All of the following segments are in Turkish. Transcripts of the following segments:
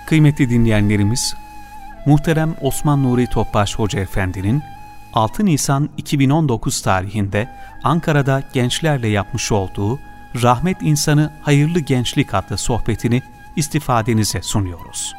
Kıymetli dinleyenlerimiz, muhterem Osman Nuri Topbaş Hoca Efendi'nin 6 Nisan 2019 tarihinde Ankara'da gençlerle yapmış olduğu Rahmet İnsanı Hayırlı Gençlik adlı sohbetini istifadenize sunuyoruz.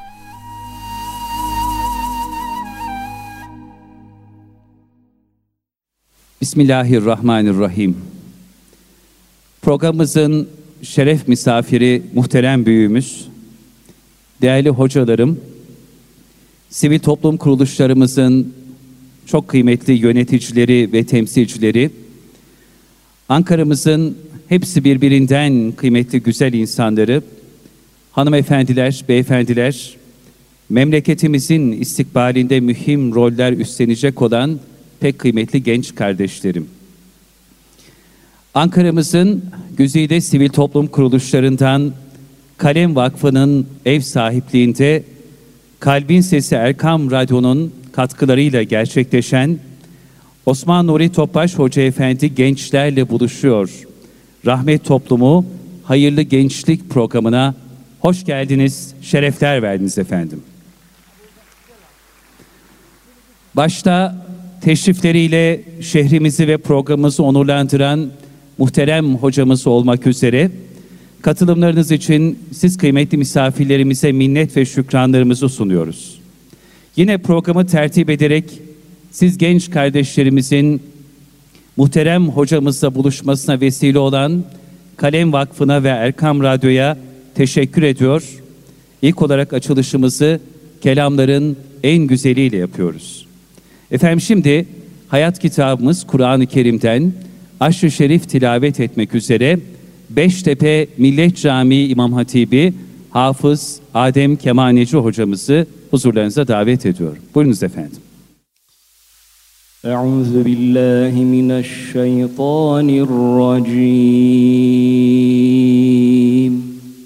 Bismillahirrahmanirrahim. Programımızın şeref misafiri muhterem büyüğümüz, değerli hocalarım, sivil toplum kuruluşlarımızın çok kıymetli yöneticileri ve temsilcileri, Ankara'mızın hepsi birbirinden kıymetli güzel insanları, hanımefendiler, beyefendiler, memleketimizin istikbalinde mühim roller üstlenecek olan pek kıymetli genç kardeşlerim. Ankara'mızın güzide sivil toplum kuruluşlarından Kalem Vakfı'nın ev sahipliğinde Kalbin Sesi Erkam Radyo'nun katkılarıyla gerçekleşen Osman Nuri Topbaş Hoca Efendi gençlerle buluşuyor. Rahmet Toplumu Hayırlı Gençlik programına hoş geldiniz, şerefler verdiniz efendim. Başta teşrifleriyle şehrimizi ve programımızı onurlandıran muhterem hocamız olmak üzere katılımlarınız için siz kıymetli misafirlerimize minnet ve şükranlarımızı sunuyoruz. Yine programı tertip ederek siz genç kardeşlerimizin muhterem hocamızla buluşmasına vesile olan Kalem Vakfı'na ve Erkam Radyo'ya teşekkür ediyor. İlk olarak açılışımızı kelamların en güzeliyle yapıyoruz. Efendim şimdi hayat kitabımız Kur'an-ı Kerim'den Aşr-ı Şerif tilavet etmek üzere Beştepe Millet Camii İmam Hatibi Hafız Adem Kemaneci hocamızı huzurlarınıza davet ediyorum. Buyurunuz efendim. Euzubillahimineşşeytanirracim.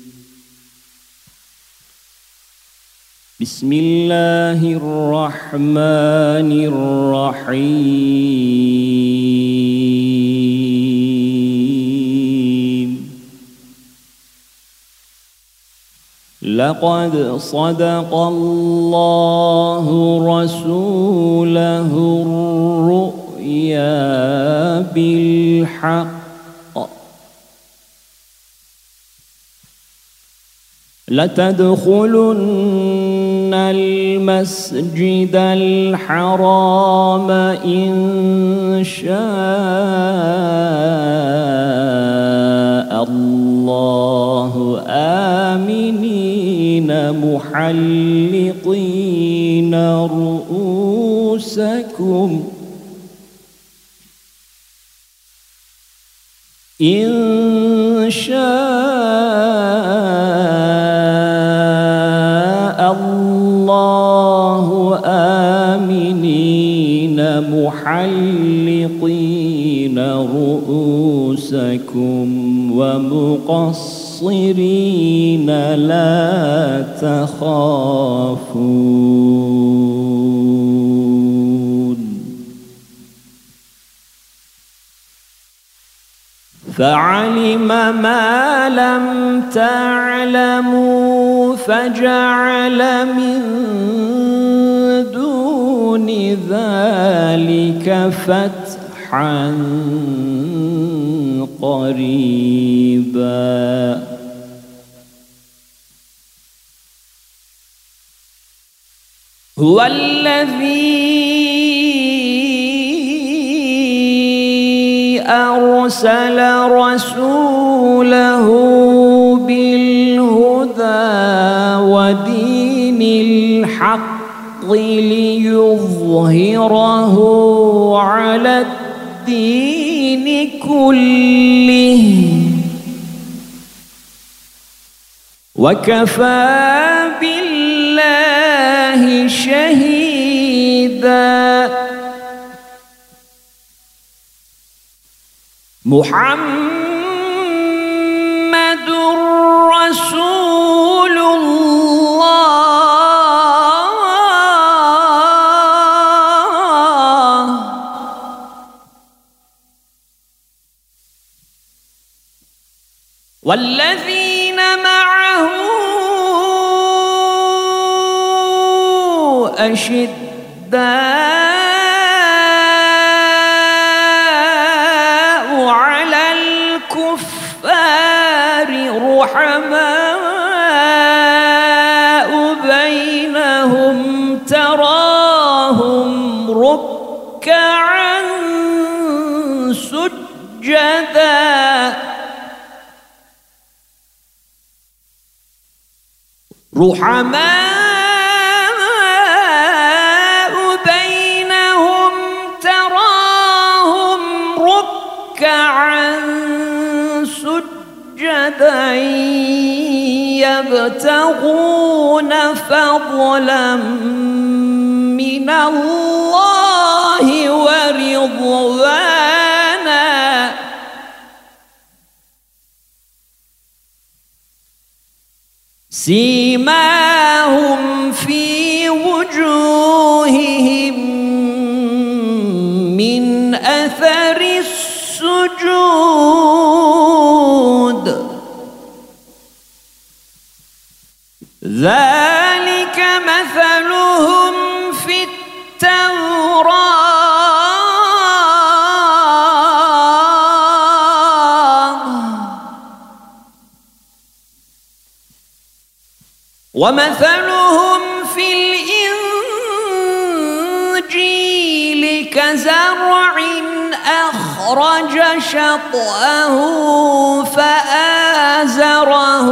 Bismillahirrahmanirrahim. لقد صدق الله رسوله الرؤيا بالحق لتدخلن المسجد الحرام إن شاء الله آمنين محلقين رؤوسكم إن شاء الله آمنين محلقين رؤوسكم ومقصرين لا تخافون فعلم ما لم تعلموا فجعل من دون ذلك فتحا قريبا هو الذي أرسل رسوله بالهدى ودين الحق ليظهره على الدين كله وكفى بالله شهيدا محمد رسول الله والذين معه أشداء على الكفار رحماء بينهم تراهم ركعا سجدا رحماء بينهم تراهم ركعا سجدا يبتغون فضلا من الله ورضوانا سيماهم في وجوههم من أثر السجود ذلك مثلهم في التوراة ومثلهم في الإنجيل كزرع أخرج شطأه فآزره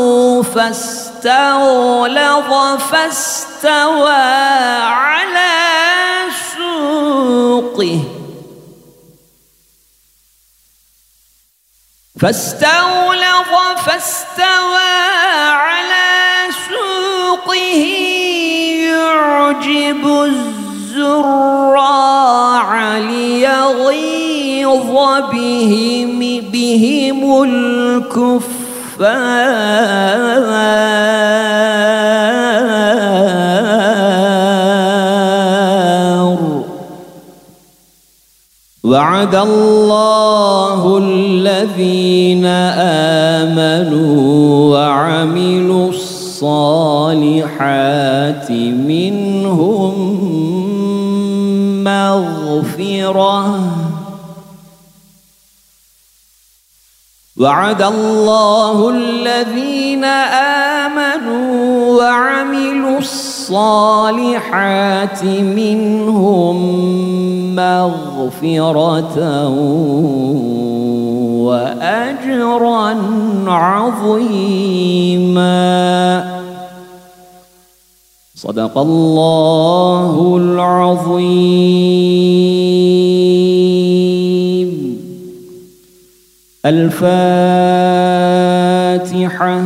فاستغلظ فاستوى على سوقه يعجب الزراع ليغيظ بهم الكفار وعد الله الذين آمنوا وعملوا الصالحات منهم مغفرة وعد الله الذين آمنوا وعملوا الصالحات منهم مغفرة وأجرا عظيما صدق الله العظيم الفاتحة.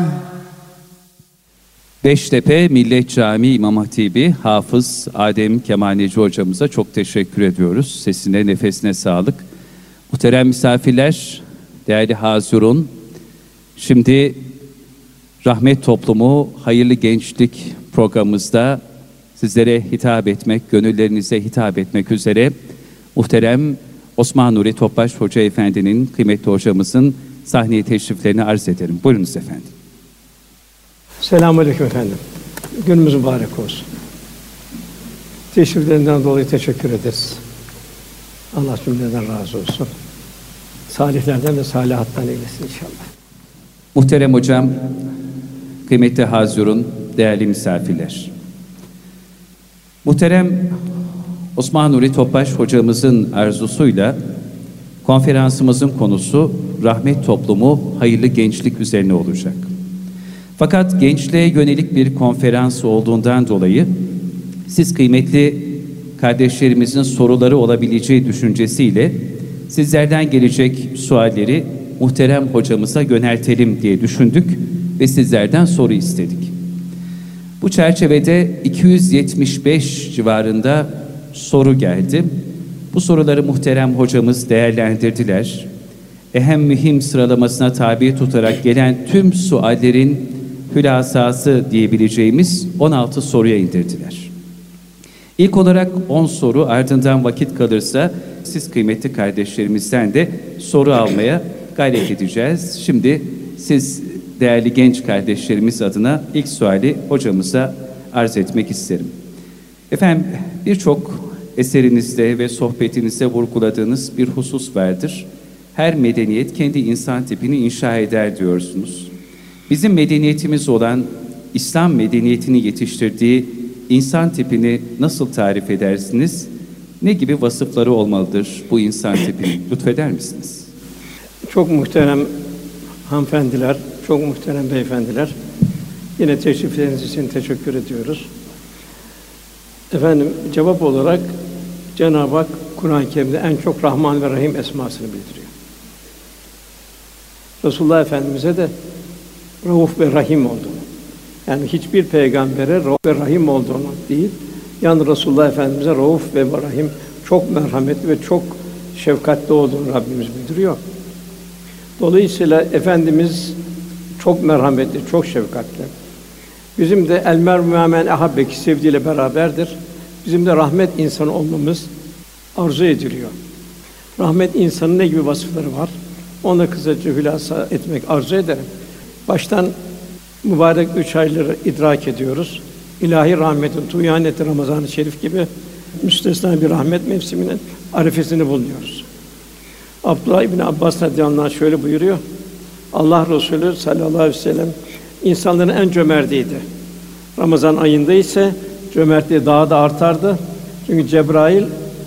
Beştepe Millet Camii İmam Hatibi Hafız Adem Kemaneci hocamıza çok teşekkür ediyoruz. Sesine, nefesine sağlık. Muhterem misafirler, değerli hazirun, şimdi Rahmet Toplumu Hayırlı Gençlik programımızda sizlere hitap etmek, gönüllerinize hitap etmek üzere muhterem Osman Nuri Topbaş Hoca Efendi'nin, kıymetli hocamızın sahneye teşriflerini arz ederim. Buyurunuz efendim. Selamünaleyküm efendim. Günümüz mübarek olsun. Teşriflerinden dolayı teşekkür ederiz. Allah cümleden razı olsun. Salihlerden ve salihattan eylesin inşallah. Muhterem hocam, kıymetli hazirun, değerli misafirler. Muhterem Osman Nuri Topbaş hocamızın arzusuyla konferansımızın konusu Rahmet Toplumu Hayırlı Gençlik üzerine olacak. Fakat gençliğe yönelik bir konferans olduğundan dolayı siz kıymetli kardeşlerimizin soruları olabileceği düşüncesiyle sizlerden gelecek sualleri muhterem hocamıza yöneltelim diye düşündük ve sizlerden soru istedik. Bu çerçevede 275 civarında soru geldi. Bu soruları muhterem hocamız değerlendirdiler. Ehem mühim sıralamasına tabi tutarak gelen tüm suallerin hülasası diyebileceğimiz 16 soruya indirdiler. İlk olarak 10 soru, ardından vakit kalırsa siz kıymetli kardeşlerimizden de soru almaya gayret edeceğiz. Şimdi siz değerli genç kardeşlerimiz adına ilk suali hocamıza arz etmek isterim. Efendim, birçok eserinizde ve sohbetinizde vurguladığınız bir husus vardır. Her medeniyet kendi insan tipini inşa eder diyorsunuz. Bizim medeniyetimiz olan İslam medeniyetini yetiştirdiği insan tipini nasıl tarif edersiniz? Ne gibi vasıfları olmalıdır bu insan tipinin? Lütfeder misiniz? Çok muhterem hanımefendiler, çok muhterem beyefendiler. Yine teşrifleriniz için teşekkür ediyoruz. Efendim, cevap olarak Cenab-ı Hak Kur'an-ı Kerim'de en çok Rahman ve Rahim esmasını bildiriyor. Resulullah Efendimiz'e de Rauf ve Rahim olduğunu, yani hiçbir peygambere Rauf ve Rahim olduğunu değil, yani Resulullah Efendimiz'e Rauf ve Rahim, çok merhametli ve çok şefkatli olduğunu Rabbimiz bildiriyor. Dolayısıyla Efendimiz çok merhametli, çok şefkatli. Bizim de el mer'u men ahabbe ki sevdiğiyle beraberdir. Bizim de rahmet insanı olmamız arzu ediliyor. Rahmet insanın ne gibi vasıfları var? Onu da kısaca hülasa etmek arzu ederim. Baştan mübarek 3 ayları idrak ediyoruz. İlahi rahmetin tuyan etti Ramazan-ı Şerif gibi müstesna bir rahmet mevsiminin arifesini bulunuyoruz. Abdullah İbni Abbas radıyallahu anh şöyle buyuruyor. Allah Resulü sallallahu aleyhi ve sellem insanların en cömertiydi. Ramazan ayında ise cömertliği daha da artardı. Çünkü Cebrail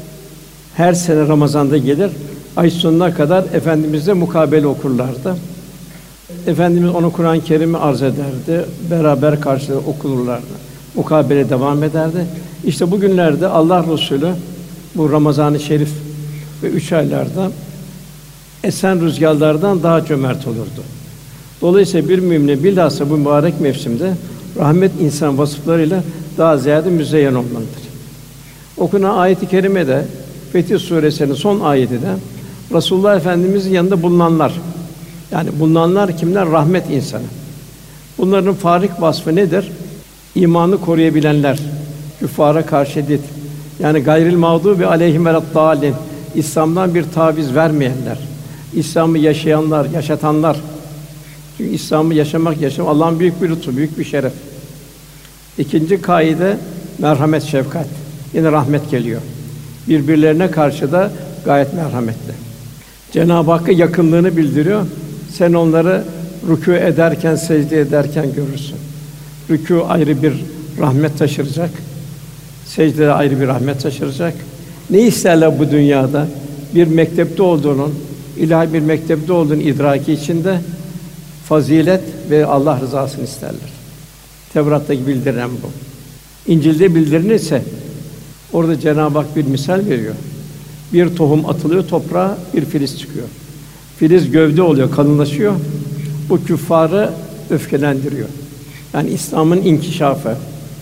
her sene Ramazan'da gelir. Ay sonuna kadar Efendimizle mukabele okurlardı. Efendimiz onu Kur'an-ı Kerim'i arz ederdi. Beraber karşılığı okurlardı. Mukabele devam ederdi. İşte bugünlerde Allah Resulü bu Ramazan-ı Şerif ve 3 aylarda esen rüzgârlardan daha cömert olurdu. Dolayısıyla bir mümin bilhassa bu mübarek mevsimde rahmet insan vasıflarıyla daha ziyade müzeyyen olmalıdır. Okunan ayet-i kerimede Fetih Suresi'nin son ayeti de Resulullah Efendimiz'in yanında bulunanlar, yani bulunanlar kimler? Rahmet insanı. Bunların farik vasfı nedir? İmanı koruyabilenler, küffara karşı dik, yani gayril mağdûbi aleyhim veleddâlin, İslam'dan bir taviz vermeyenler, İslam'ı yaşayanlar, yaşatanlar. Çünkü İslam'ı yaşamak Allah'ın büyük bir lütfu, büyük bir şeref. İkinci kaide merhamet, şefkat. Yine rahmet geliyor. Birbirlerine karşı da gayet merhametli. Cenab-ı Hakk'a yakınlığını bildiriyor. Sen onları rükû ederken, secde ederken görürsün. Rükû ayrı bir rahmet taşıracak. Secde ayrı bir rahmet taşıracak. Ne isterler bu dünyada? Bir mektepte olduğunun, ilahi bir mektepte olduğunun idraki içinde fazilet ve Allah rızasını isterler. Tevrat'taki bildirilen bu. İncil'de bildirilirse orada Cenab-ı Hak bir misal veriyor. Bir tohum atılıyor toprağa, bir filiz çıkıyor. Filiz gövde oluyor, kalınlaşıyor. Bu küffarı öfkelendiriyor. Yani İslam'ın inkişafı,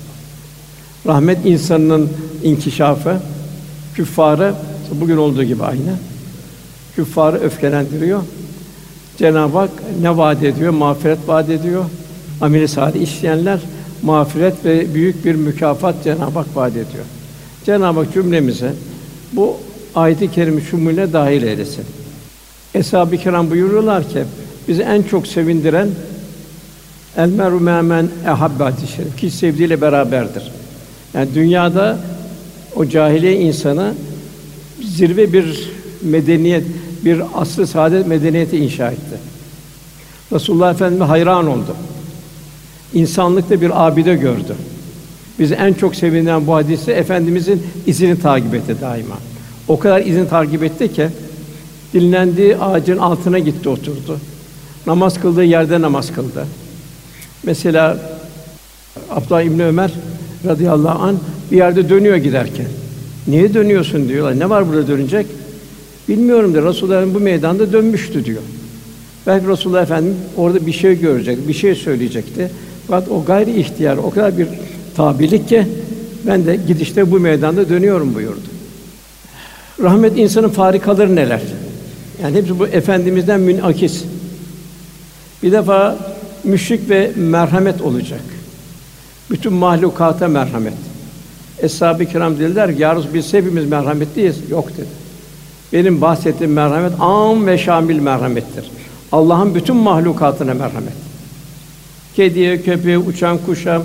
rahmet insanının inkişafı, küffarı bugün olduğu gibi aynı. Küffarı öfkelendiriyor. Cenab-ı Hak ne vaat ediyor? Mağfiret vaat ediyor. Amel-i salih işleyenler mağfiret ve büyük bir mükafat Cenab-ı Hak vaat ediyor. Cenab-ı Hak cümlemize bu ayet-i kerime şumulüne dâhil eylesin. Eshab-ı kiram buyuruyorlar ki bizi en çok sevindiren el mer'u men ehabbe hadis-i şerif ki sevdiğiyle beraberdir. Yani dünyada o cahiliye insanı zirve bir medeniyet, bir asr-ı saadet medeniyeti inşa etti. Resulullah Efendimiz hayran oldu. İnsanlıkta bir abide gördü. Bizi en çok sevindiren bu hadise Efendimizin izini takip etti daima. O kadar izini takip etti ki dinlendiği ağacın altına gitti oturdu. Namaz kıldığı yerde namaz kıldı. Mesela Abdullah İbni Ömer radıyallahu anh bir yerde dönüyor giderken. Niye dönüyorsun diyorlar. Ne var burada dönecek? Bilmiyorum diyor. Resulullah bu meydanda dönmüştü diyor. Belki Resulullah Efendimiz orada bir şey görecek, bir şey söyleyecekti. Fakat o gayri ihtiyar, o kadar bir tabilik ki ben de gidişte bu meydanda dönüyorum buyurdu. Rahmet insanın farikaları neler? Yani hepsi bu Efendimiz'den münakis. Bir defa müşfik ve merhamet olacak. Bütün mahlukata merhamet. Eshab-ı kiram dediler ki, "Ya Resulallah, biz hepimiz merhametliyiz." Yok dedi. Benim bahsettiğim merhamet âm ve şamil merhamettir. Allah'ın bütün mahlukatına merhamet. Kediye, köpeğe, uçan kuşa,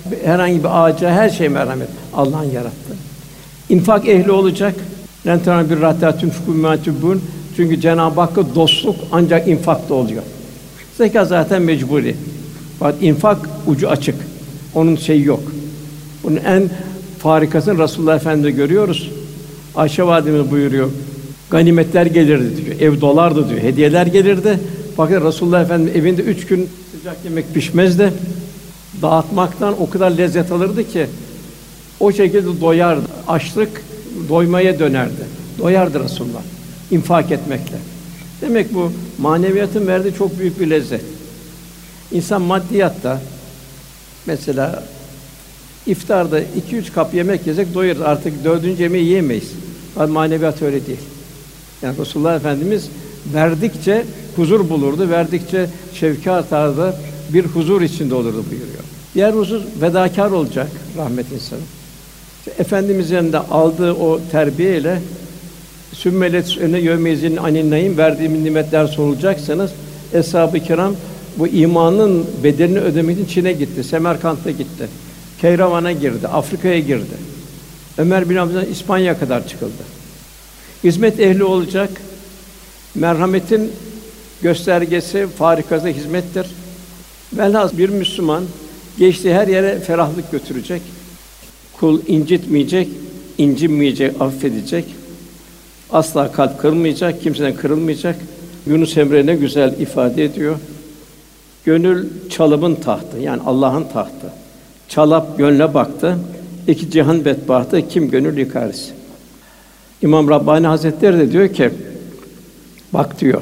Herhangi bir ağaca, her şey merhamet. Allah'ın yarattığı. İnfak ehli olacak. Lentana bir rahatlatun fukumatubun. Çünkü Cenab-ı Hakk'a dostluk ancak infakta oluyor. Zekat zaten mecburi. Fakat infak ucu açık. Onun şeyi yok. Bunun en farikasını Resulullah Efendimiz'de görüyoruz. Ayşe validemiz buyuruyor. Ganimetler gelirdi diyor. Ev dolardı diyor. Hediyeler gelirdi. Fakat Resulullah Efendimiz evinde 3 gün sıcak yemek pişmezdi. Dağıtmaktan o kadar lezzet alırdı ki o şekilde doyardı. Açlık doymaya dönerdi. Doyardı Resulullah infak etmekle. Demek bu maneviyatın verdiği çok büyük bir lezzet. İnsan maddiyatta mesela iftarda 2-3 kap yemek yesek doyarız. Artık 4. yemeği yiyemeyiz. Ama maneviyat öyle değil. Yani Resulullah Efendimiz verdikçe huzur bulurdu, verdikçe şevki artardı, bir huzur içinde olurdu buyuruyor. Diğer husus fedakâr olacak rahmet insanı. İşte Efendimiz'in de aldığı o terbiyeyle sümmelet öne yevmeyizin aninayım verdiğim nimetler sorulacaksınız. Eshab-ı kiram bu imanın bedelini ödemek için Çin'e gitti, Semerkant'a gitti. Keyravan'a girdi, Afrika'ya girdi. Ömer bin Abdülaziz İspanya'ya kadar çıkıldı. Hizmet ehli olacak. Merhametin göstergesi, farikası hizmettir. Velhâsıl bir Müslüman geçtiği her yere ferahlık götürecek. Kul incitmeyecek, incinmeyecek, affedecek. Asla kalp kırılmayacak, kimseden kırılmayacak. Yunus Emre ne güzel ifade ediyor. Gönül çalımın tahtı, yani Allah'ın tahtı. Çalap gönle baktı, iki cihan bedbahtı, kim gönül yıkarız. İmam Rabbani Hazretleri de diyor ki, bak diyor,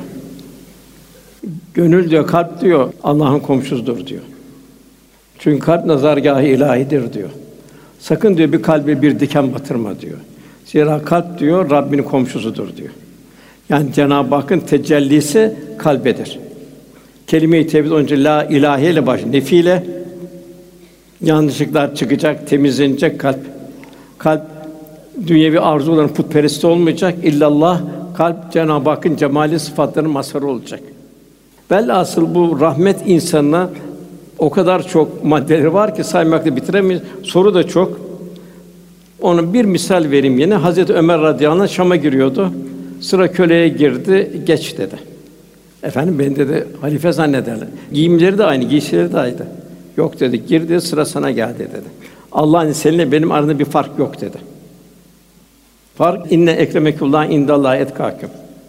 gönül diyor, kalp diyor, Allah'ın komşusudur diyor. Çünkü kalp nazargâh-ı ilahidir diyor. Sakın diyor bir kalbe bir diken batırma diyor. Zira kalp diyor Rabbinin komşusudur diyor. Yani Cenab-ı Hakk'ın tecellisi kalbedir. Kelime-i tevhid önce la ilahe ile başlıyor. Nefiyle yanlışlıklar çıkacak, temizlenecek kalp. Kalp dünyevi arzuların putperest olmayacak. İllallah kalp Cenab-ı Hakk'ın cemali sıfatlarının mazharı olacak. Velhasıl bu rahmet insanına o kadar çok maddeleri var ki saymakla bitiremeyiz. Soru da çok. Ona bir misal vereyim yine. Hazreti Ömer radıyallahu anh Şam'a giriyordu. Sıra köleye girdi, geç dedi. Efendim beni dedi halife zannederler. Giyimleri de aynı, giysileri de aynı. Yok dedi, girdi sıra sana geldi dedi. Allah'ın seninle benim aramda bir fark yok dedi. Fark inne ekremekullah indallah etkâküm.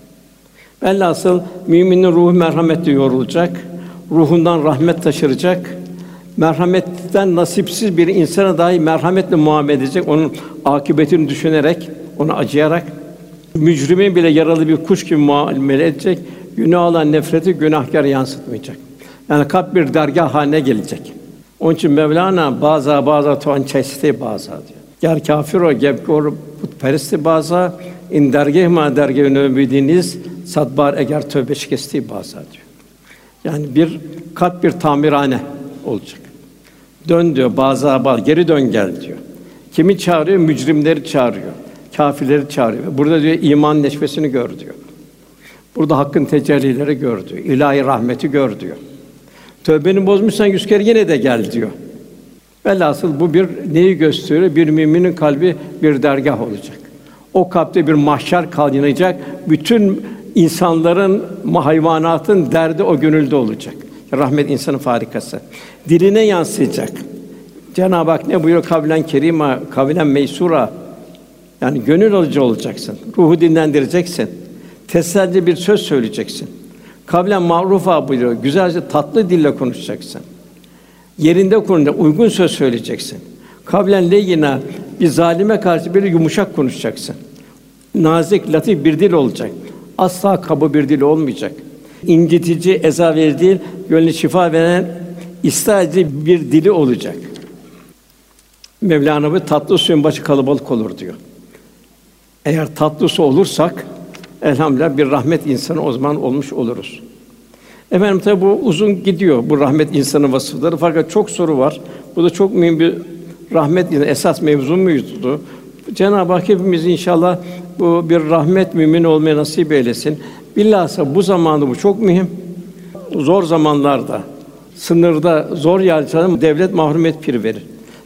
Velhasıl müminin ruhu merhametle yorulacak, ruhundan rahmet taşıracak, merhametten nasipsiz bir insana dahi merhametle muamele edecek, onun akıbetini düşünerek, ona acıyarak, mücrimin bile yaralı bir kuş gibi muamele edecek, günah olan nefreti günahkâra yansıtmayacak. Yani kalp bir dergâh haline gelecek. Onun için Mevlana bazı tuan çeşitli bazı diyor. Ger kâfir o gebkor putperesti bazı in dergâh ma dergâh nöbüdiniz sadbar eğer tövbe şikesti bazı diyor. Yani bir kalp bir tamirhane olacak. Dön diyor bazı geri dön gel diyor. Kimi çağırıyor? Mücrimleri çağırıyor. Kâfirleri çağırıyor. Burada diyor iman neşvesini gör diyor. Burada hakkın tecellileri gör diyor. İlahi rahmeti gör diyor. Tövbeni bozmuşsan 100 kere yine de gel diyor. Velhasıl bu bir neyi gösteriyor? Bir müminin kalbi bir dergâh olacak. O kalpte bir mahşer kaynayacak. Bütün insanların, hayvanatın derdi o gönülde olacak. Rahmet insanın farikası. Diline yansıyacak. Cenab-ı Hak ne buyuruyor? Kavlen kerîmâ, kavlen meysûrâ. Yani gönül alıcı olacaksın. Ruhu dinlendireceksin. Teselli bir söz söyleyeceksin. Kavlen ma'rûfâ buyuruyor. Güzelce tatlı dille konuşacaksın. Yerinde konuda uygun söz söyleyeceksin. Kavlen leyyinâ, bir zalime karşı böyle yumuşak konuşacaksın. Nazik, latif bir dil olacak. Asla kaba bir dil olmayacak. İncitici, eza verici değil, gönlüne şifa veren, ıslah edici bir dili olacak. Mevlana bu tatlı suyun başı kalabalık olur diyor. Eğer tatlı su olursak elhamdülillah bir rahmet insanı o zaman olmuş oluruz. Efendim tabi bu uzun gidiyor bu rahmet insanı vasıfları fakat çok soru var. Bu da çok mühim bir rahmet esas mevzumuzdu. Cenab-ı Hak hepimiz inşallah bu bir rahmet mümini olmaya nasip eylesin. Bilhassa bu zamanda bu çok mühim. Zor zamanlarda, sınırda zor yerlerde devlet mahrumiyet piri verir.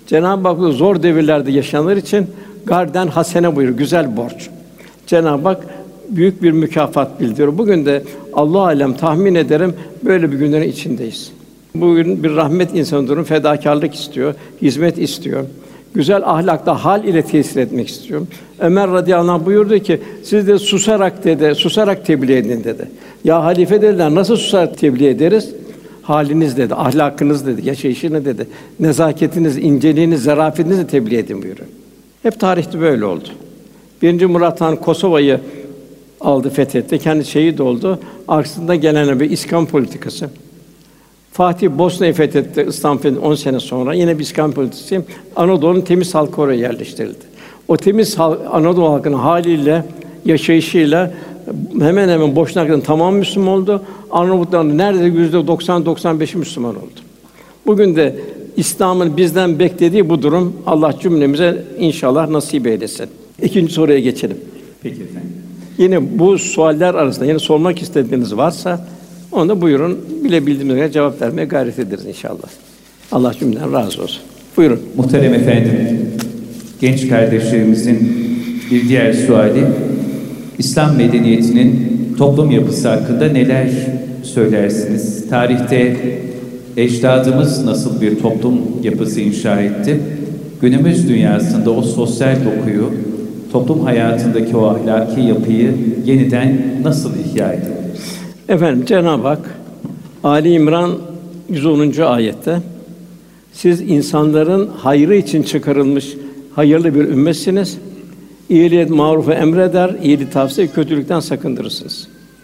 Cenab-ı Hak zor devirlerde yaşanır için garden hasene buyuruyor, güzel borç. Cenab-ı Hak büyük bir mükafat bildiriyor. Bugün de Allah alem tahmin ederim böyle bir günlerin içindeyiz. Bugün bir rahmet insanı durum, fedakârlık istiyor, hizmet istiyor. Güzel ahlakta hal ile tesir etmek istiyor. Ömer radıyallahu anh buyurdu ki, siz de susarak tebliğ edin dedi. Ya halife dediler, nasıl susarak tebliğ ederiz? Haliniz dedi, ahlakınız dedi, yaşayışını dedi, nezaketiniz, inceliğiniz, zarafetinizi tebliğ edin buyuruyor. Hep tarihte böyle oldu. 1. Murat Han Kosova'yı aldı, fethetti, kendi şehit oldu. Arkasında gelen bir İskan politikası. Fatih Bosna'yı fethetti, İstanbul'u 10 sene sonra. Yine bir İskan politikası. Anadolu'nun temiz halkı oraya yerleştirildi. O temiz Anadolu halkının haliyle, yaşayışıyla hemen hemen Boşnakların tamamı Müslüman oldu. Arnavutların neredeyse %90-95'i Müslüman oldu. Bugün de İslam'ın bizden beklediği bu durum. Allah cümlemize inşallah nasip eylesin. İkinci soruya geçelim. Peki efendim. Yine bu sualler arasında yine sormak istediğiniz varsa onu da buyurun. Bilebildiğimiz kadar cevap vermeye gayret ederiz inşallah. Allah cümleden razı olsun. Buyurun. Muhterem efendim, genç kardeşlerimizin bir diğer suali, İslam medeniyetinin toplum yapısı hakkında neler söylersiniz? Tarihte ecdadımız nasıl bir toplum yapısı inşa etti? Günümüz dünyasında o sosyal dokuyu, toplum hayatındaki o ahlaki yapıyı yeniden nasıl ihya ediyoruz? Efendim Cenab-ı Hak Ali İmran 110. ayette siz insanların hayrı için çıkarılmış hayırlı bir ümmetsiniz. İyiliğe marufu emreder, iyiliği tavsiye, kötülükten sakındırırsınız.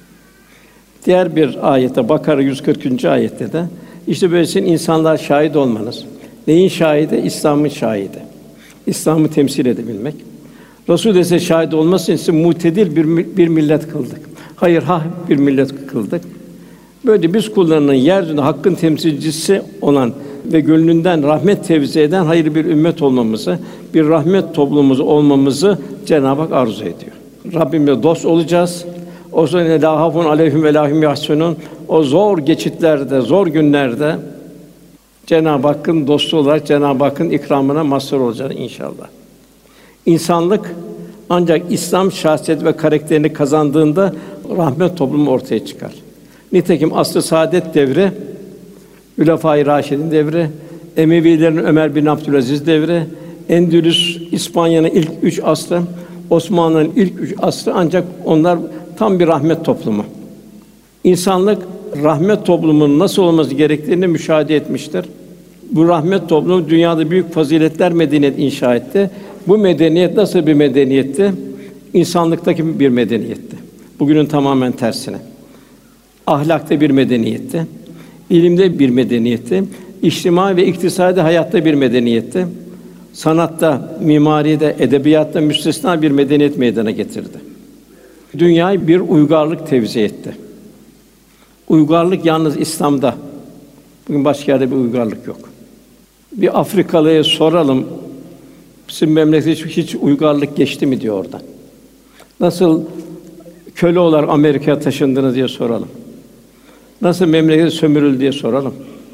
Diğer bir ayette Bakara 140. ayette de işte böylesine insanlar şahit olmanız. Neyin şahidi? İslam'ın şahidi. İslam'ı temsil edebilmek. Resul ise şahit olması için mutedil bir millet kıldık. Hayır, bir millet kıldık. Böyle biz kullarının yeryüzünde hakkın temsilcisi olan ve gönlünden rahmet tevzi eden hayırlı bir ümmet olmamızı, bir rahmet toplumumuz olmamızı Cenab-ı Hak arzu ediyor. Rabbimle dost olacağız. O zaman la hafun aleyhim ve lahum yahsunun. O zor geçitlerde, zor günlerde Cenab-ı Hakk'ın dostu olarak Cenab-ı Hakk'ın ikramına mazhar olacağız inşallah. İnsanlık ancak İslam şahsiyet ve karakterini kazandığında rahmet toplumu ortaya çıkar. Nitekim asr-ı saadet devri, Hülefâ-i Râşidîn devri, Emevilerin Ömer bin Abdülaziz devri, Endülüs, İspanya'nın ilk 3 asrı, Osmanlı'nın ilk 3 asrı ancak onlar tam bir rahmet toplumu. İnsanlık rahmet toplumunun nasıl olması gerektiğini müşahede etmiştir. Bu rahmet toplumu dünyada büyük faziletler medeniyet inşa etti. Bu medeniyet nasıl bir medeniyetti? İnsanlıktaki bir medeniyetti. Bugünün tamamen tersine. Ahlakta bir medeniyetti. İlimde bir medeniyetti. İçtimai ve iktisadi hayatta bir medeniyetti. Sanatta, mimaride, edebiyatta müstesna bir medeniyet meydana getirdi. Dünyayı bir uygarlık tevzi etti. Uygarlık yalnız İslam'da. Bugün başka yerde bir uygarlık yok. Bir Afrikalıya soralım, sizin memlekette hiç uygarlık geçti mi diyor oradan. Nasıl köle olarak Amerika'ya taşındınız diye soralım. Nasıl memlekete sömürüldü diye soralım.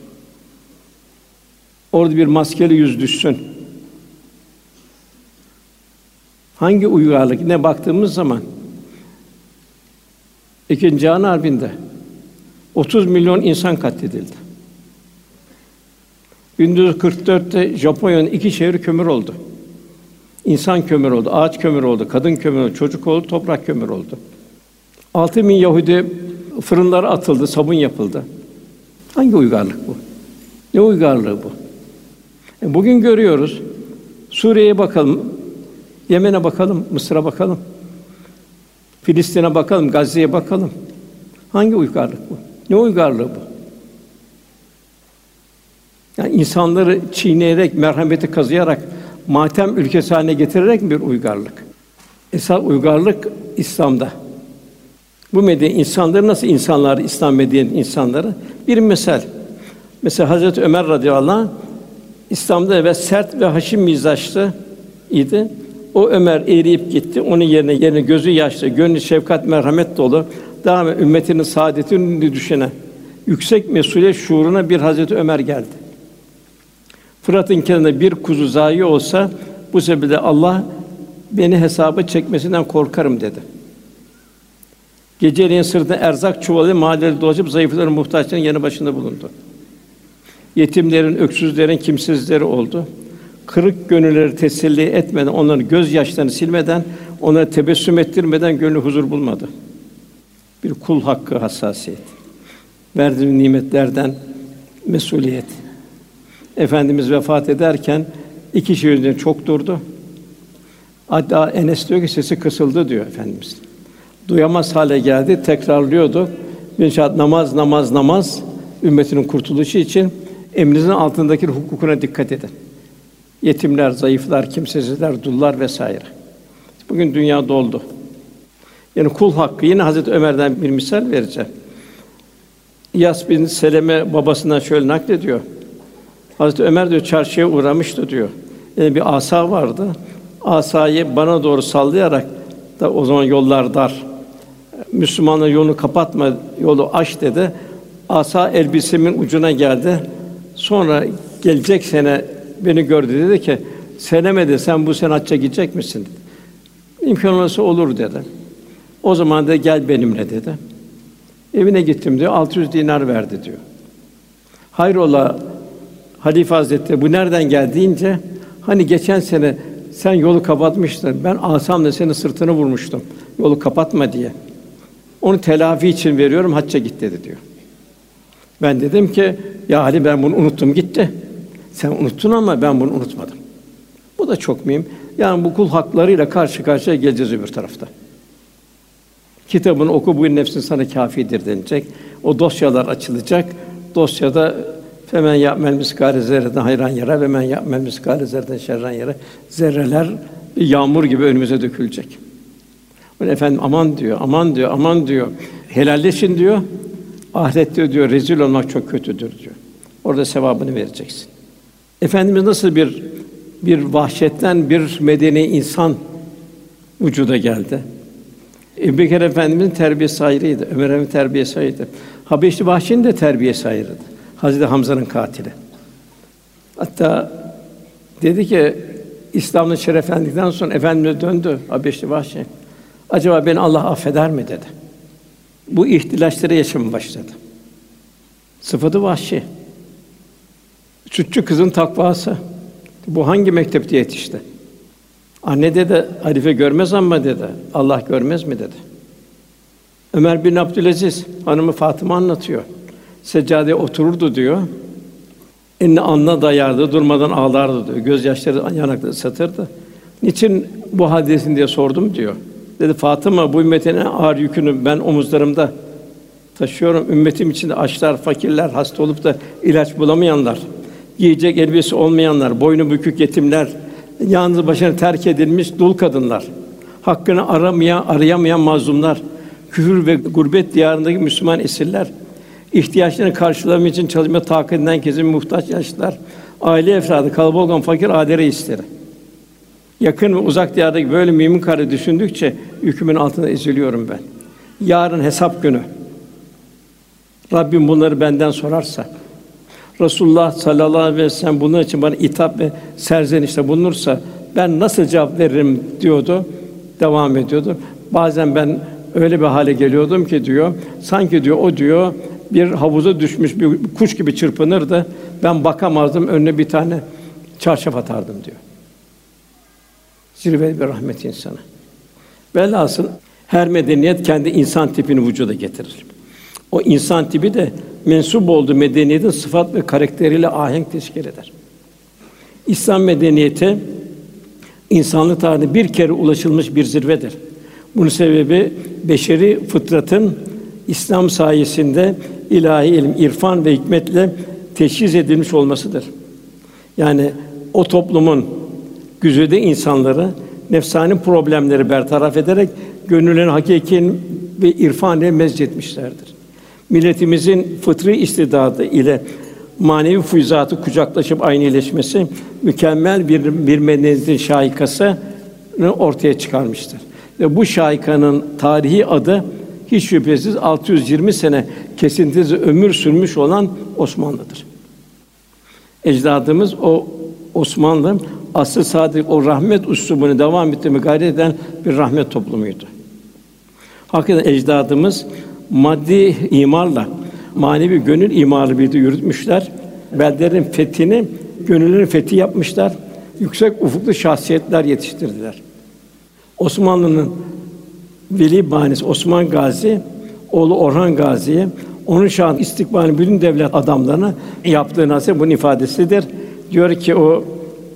Orada bir maskeli yüz düşsün. Hangi uygarlık? Ne baktığımız zaman İkinci Cihan Harbi'nde 30 milyon insan katledildi. 1944'te Japonya'nın 2 şehri kömür oldu. İnsan kömür oldu, ağaç kömür oldu, kadın kömür oldu, çocuk oldu, toprak kömür oldu. 6.000 Yahudi fırınlara atıldı, sabun yapıldı. Hangi uygarlık bu? Ne uygarlığı bu? Bugün görüyoruz. Suriye'ye bakalım, Yemen'e bakalım, Mısır'a bakalım. Filistin'e bakalım, Gazze'ye bakalım. Hangi uygarlık bu? Ne uygarlığı bu? Yani insanları çiğneyerek, merhameti kazıyarak, matem ülkesi haline getirerek bir uygarlık. Esas uygarlık İslam'da. Bu medeniyet insanları nasıl insanlar, İslam medeniyet insanları? Bir misal. Mesela Hazreti Ömer radıyallahu anh İslam'da ve sert ve haşin mizaçlı idi. O Ömer eğriyip gitti. Onun yerine gözü yaşlı, gönlü şefkat, merhamet dolu, daima ümmetinin saadetini düşünen, yüksek mesuliyet şuuruna bir Hazreti Ömer geldi. Fırat'ın kenarında bir kuzu zayi olsa bu sebeple Allah beni hesaba çekmesinden korkarım dedi. Geceleyin sırtına erzak çuvalı mahallede dolaşıp zayıfların, muhtaçların yanı başında bulundu. Yetimlerin, öksüzlerin, kimsizleri oldu. Kırık gönülleri teselli etmeden, onların gözyaşlarını silmeden, onlara tebessüm ettirmeden gönlü huzur bulmadı. Bir kul hakkı hassasiyet. Verdiği nimetlerden mesuliyet. Efendimiz vefat ederken iki şey üzerine çok durdu. Hatta Enes diyor ki sesi kısıldı diyor Efendimiz. Duyamaz hale geldi, tekrarlıyordu. Bir saat namaz, namaz, namaz ümmetinin kurtuluşu için emrinizin altındaki hukukuna dikkat edin. Yetimler, zayıflar, kimsesizler, dullar vesaire. Bugün dünya doldu. Yani kul hakkı, yine Hazreti Ömer'den bir misal vereceğim. İyas bin Seleme babasından şöyle naklediyor. Hazreti Ömer diyor çarşıya uğramıştı diyor. Yani bir asa vardı. Asayı bana doğru sallayarak da o zaman yollar dar. Müslümanlar yolunu kapatma, yolu aç dedi. Asa elbisemin ucuna geldi. Sonra gelecek sene beni gördü dedi ki Seleme de sen bu sene hacca gidecek misin dedi. İmkân olursa olur dedi. O zaman da gel benimle dedi. Evine gittim diyor. 600 dinar verdi diyor. Hayrola Halife Hazretleri bu nereden geldi deyince hani geçen sene sen yolu kapatmıştın. Ben asamla senin sırtını vurmuştum. Yolu kapatma diye. Onu telafi için veriyorum. Hacca git dedi diyor. Ben dedim ki ya Ali ben bunu unuttum gitti. Sen unuttun ama ben bunu unutmadım. Bu da çok mühim. Yani bu kul haklarıyla karşı karşıya geleceğiz öbür tarafta. Kitabını oku, bu nefsin sana kâfidir denilecek. O dosyalar açılacak. Dosyada femen ya'mel miskâle zerreten hayran yara ve men ya'mel miskâle zerreten şerran yara. Zerreler bir yağmur gibi önümüze dökülecek. Böyle efendim aman diyor, aman diyor, aman diyor. Helalleşin diyor. Ahirette diyor rezil olmak çok kötüdür diyor. Orada sevabını vereceksin. Efendimiz nasıl bir vahşetten bir medeni insan vücuda geldi. Ebubekir Efendimiz'in terbiyesi ayrıydı. Ömer Efendimiz'in terbiyesi ayrıydı. Habeşli Vahşi'nin de terbiyesi ayrıydı. Hazreti Hamza'nın katili. Hatta dedi ki İslam'ın şereflendikten sonra Efendimiz döndü Habeşli Vahşi. Acaba beni Allah affeder mi dedi. Bu ihtilaçları yaşamaya başladı. Sıfatı vahşi. Sütçü kızın takvası. Bu hangi mektepte yetişti? Anne dedi, halife görmez ama dedi, Allah görmez mi dedi. Ömer bin Abdülaziz, hanımı Fatıma anlatıyor. Seccadeye otururdu diyor. Elini alnına dayardı, durmadan ağlardı diyor. Gözyaşları yanakları ıslatırdı. Niçin bu hadisin diye sordum diyor. Dedi Fatıma, bu ümmetin en ağır yükünü ben omuzlarımda taşıyorum. Ümmetim içinde açlar, fakirler, hasta olup da ilaç bulamayanlar, giyecek elbise olmayanlar, boynu bükük yetimler, yalnız başına terk edilmiş dul kadınlar, hakkını arayamayan mazlumlar, küfür ve gurbet diyarındaki Müslüman esirler, ihtiyaçlarını karşılamak için çalışma takat eden kesin muhtaç yaşlılar, aile efradı, kalabalık olan fakir aile reisleri. Yakın ve uzak diyardaki böyle mümin kare düşündükçe yükümün altında eziliyorum ben. Yarın hesap günü. Rabbim bunları benden sorarsa, Resulullah sallallahu aleyhi ve sellem bunun için bana itap ve serzenişte bulunursa ben nasıl cevap veririm diyordu. Devam ediyordu. Bazen ben öyle bir hale geliyordum ki diyor, sanki diyor o diyor bir havuza düşmüş bir kuş gibi çırpınırdı. Ben bakamazdım, önüne bir tane çarşaf atardım diyor. Zirve bir rahmet insanı. Velhasıl her medeniyet kendi insan tipini vücuda getirir. O insan tipi de mensup olduğu medeniyetin sıfat ve karakteriyle ahenk teşkil eder. İslam medeniyeti insanlık tarihinde bir kere ulaşılmış bir zirvedir. Bunun sebebi beşeri fıtratın İslam sayesinde ilahi ilim, irfan ve hikmetle teşhis edilmiş olmasıdır. Yani o toplumun güzide insanları nefsani problemleri bertaraf ederek gönüllerini hakiki ve irfan ile mezzetmişlerdir. Milletimizin fıtri istidadı ile manevi füyüzatı kucaklaşıp aynileşmesi mükemmel bir medeniyetin şahikasını ortaya çıkarmıştır. Ve bu şahikanın tarihi adı hiç şüphesiz 620 sene kesintisiz ömür sürmüş olan Osmanlı'dır. Ecdadımız o Osmanlı asr-ı saadet o rahmet üslubunu devam ettirmeye gayret eden bir rahmet toplumuydu. Hakikaten ecdadımız maddi imarla manevi gönül imarı birlikte yürütmüşler. Beldelerin fethini, gönüllerin fethi yapmışlar. Yüksek ufuklu şahsiyetler yetiştirdiler. Osmanlı'nın veli banisi Osman Gazi, oğlu Orhan Gazi'ye onun şahı istikbalin bütün devlet adamlarına yaptığı nasihat bunun ifadesidir. Diyor ki o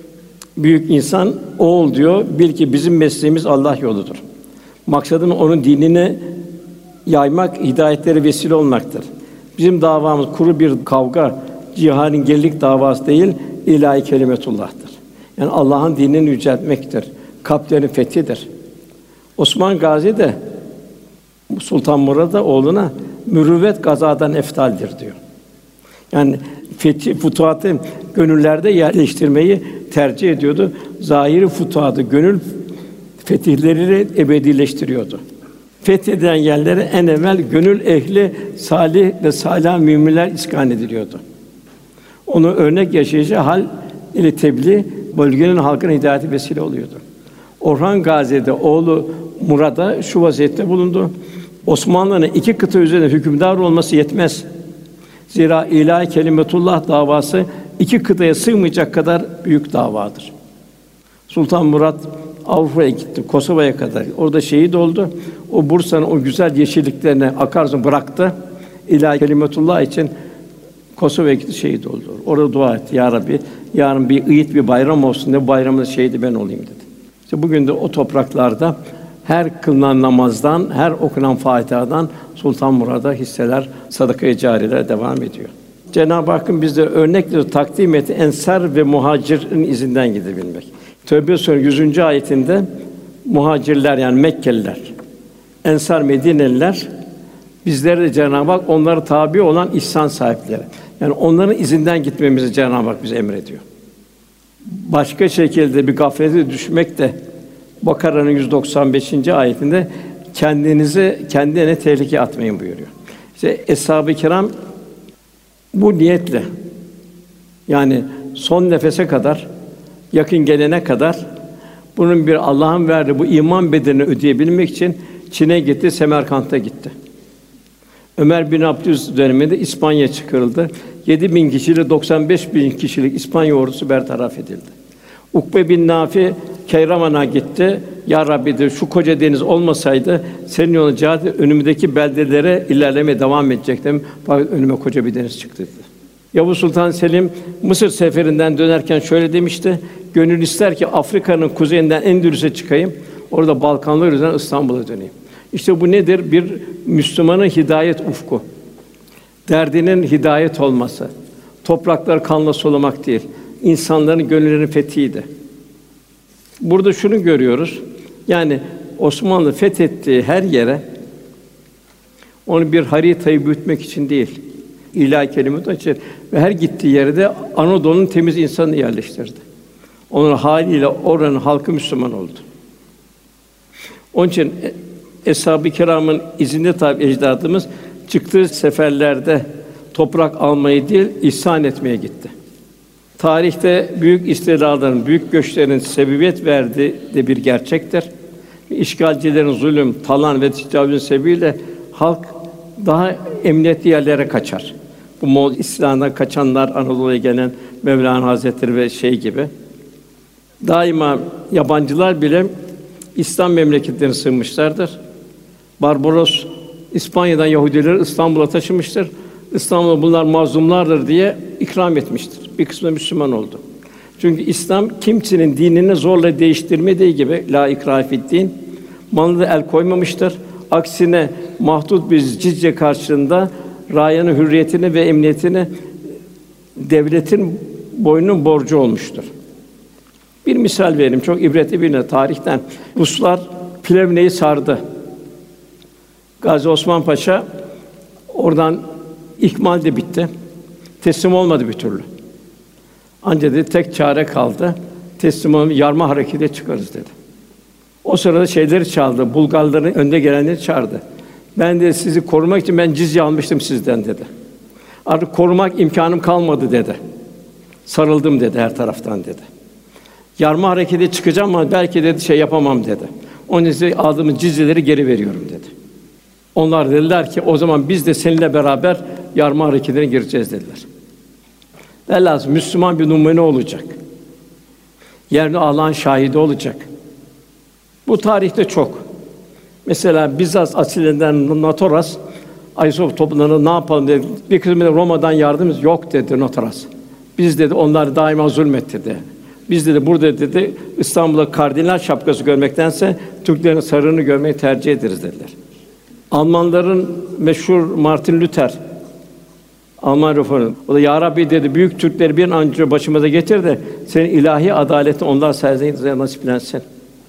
büyük insan, oğul diyor, bil ki bizim mesleğimiz Allah yoludur. Maksadımız onun dinini yaymak, hidayetlere vesile olmaktır. Bizim davamız kuru bir kavga, cihanın gerilik davası değil, ilahi kelimetullah'tır. Yani Allah'ın dinini yüceltmektir. Kalplerin fethidir. Osman Gazi de Sultan Murad'a oğluna mürüvvet gazadan eftaldir diyor. Yani fethi, futuhatı gönüllerde yerleştirmeyi tercih ediyordu. Zahiri futuhatı, gönül fetihleriyle ebedileştiriyordu. Fethedilen yerlere en evvel gönül ehli salih ve salih müminler iskan ediliyordu. Onu örnek yaşayıcı hal ile tebliğ bölgenin halkına hidayeti vesile oluyordu. Orhan Gazi'de oğlu Murad'a şu vaziyette bulundu. Osmanlı'nın iki kıta üzerinde hükümdar olması yetmez. Zira ilahi kelimetullah davası iki kıtaya sığmayacak kadar büyük davadır. Sultan Murad Avrupa'ya gitti, Kosova'ya kadar. Orada şehit oldu. O Bursa'nın o güzel yeşilliklerine akarsu bıraktı. İlahi kelimetullah için Kosova'ya gitti, şehit oldu. Orada dua etti. Ya Rabbi, yarın bir ıyit bir bayram olsun da bayramın şehidi ben olayım dedi. İşte bugün de o topraklarda her kılınan namazdan, her okunan Fatiha'dan Sultan Murad'a hisseler, sadaka-i cariyeler devam ediyor. Cenab-ı Hakk'ın bize örnekleri takdim ettiği ensar ve muhacirin izinden gidebilmek. Tevbe Suresi 100. ayetinde muhacirler yani Mekkeliler, ensar Medineliler bizlere de Cenab-ı Hak onlara tabi olan ihsan sahipleri. Yani onların izinden gitmemizi Cenab-ı Hak bize emrediyor. Başka şekilde bir gaflete düşmek de Bakara'nın 195. ayetinde kendinizi kendine tehlikeye atmayın buyuruyor. İşte Eshab-ı Kiram bu niyetle yani son nefese kadar yakın gelene kadar bunun bir Allah'ın verdiği bu iman bedelini ödeyebilmek için Çin'e gitti, Semerkant'a gitti. Ömer bin Abdülaziz döneminde İspanya çıkarıldı. 7.000 kişiyle 95.000 kişilik İspanya ordusu bertaraf edildi. Ukbe bin Nafi Keyraman'a gitti. Ya Rabbi dedi, şu koca deniz olmasaydı senin yolun cihad önümüzdeki beldelere ilerlemeye devam edecektim. Fakat önüme koca bir deniz çıktı dedi. Yavuz Sultan Selim Mısır seferinden dönerken şöyle demişti. Gönül ister ki Afrika'nın kuzeyinden Endülüs'e çıkayım. Orada Balkanlar üzerinden İstanbul'a döneyim. İşte bu nedir? Bir Müslümanın hidayet ufku. Derdinin hidayet olması. Topraklar kanla sulamak değil. İnsanların gönüllerinin fethiydi. Burada şunu görüyoruz. Yani Osmanlı fethettiği her yere onu bir haritayı büyütmek için değil, ilahi kelimet için ve her gittiği yerde Anadolu'nun temiz insanını yerleştirdi. Onun haliyle oranın halkı Müslüman oldu. Onun için Eshab-ı Kiram'ın izinde tabi ecdadımız çıktığı seferlerde toprak almayı değil, ihsan etmeye gitti. Tarihte büyük istilaların, büyük göçlerin sebebiyet verdiği de bir gerçektir. İşgalcilerin zulüm, talan ve tecavüzün sebebiyle halk daha emniyetli yerlere kaçar. Bu Moğol İslam'dan kaçanlar, Anadolu'ya gelen Mevlana Hazretleri ve gibi. Daima yabancılar bile İslam memleketlerine sığınmışlardır. Barbaros İspanya'dan Yahudileri İstanbul'a taşımıştır. İstanbul'da bunlar mazlumlardır diye ikram etmiştir. Bir kısmı Müslüman oldu. Çünkü İslam kimsenin dinini zorla değiştirmediği gibi la ikrahe fi'd-din malına el koymamıştır. Aksine mahdut bir cizye karşılığında rayanın hürriyetini ve emniyetini devletin boynunun borcu olmuştur. Bir misal vereyim, çok ibretli bir tarihten. Ruslar Plevne'yi sardı. Gazi Osman Paşa oradan ikmal de bitti. Teslim olmadı bir türlü. Ancak dedi tek çare kaldı. Teslim olma yarma hareketiyle çıkarız dedi. O sırada şeyleri çağırdı. Bulgarların önde gelenleri çağırdı. Ben de sizi korumak için ben cizye almıştım sizden dedi. Artık korumak imkânım kalmadı dedi. Sarıldım dedi her taraftan dedi. Yarma hareketi çıkacağım ama belki dedi şey yapamam dedi. Onun için aldığımız cizyeleri geri veriyorum dedi. Onlar dediler ki o zaman biz de seninle beraber yarma hareketine gireceğiz dediler. Velhâsıl Müslüman bir numune olacak. Yerini Allah'ın şahidi olacak. Bu tarihte çok. Mesela Bizans asilinden Notoras, Ayasofya toplumlarına ne yapalım dedi. Bir kısmı da Roma'dan yardımımız yok dedi Notoras. Biz dedi onlar daima zulmetti dedi. Biz dedi burada dedi İstanbul'da kardinal şapkası görmektense Türklerin sarığını görmeyi tercih ederiz dediler. Almanların meşhur Martin Luther, Alman reformu. O da ya Rabbi dedi büyük Türkleri bir an önce başımıza getir de senin ilahi adaleti onlar sayesinde nasiplensin.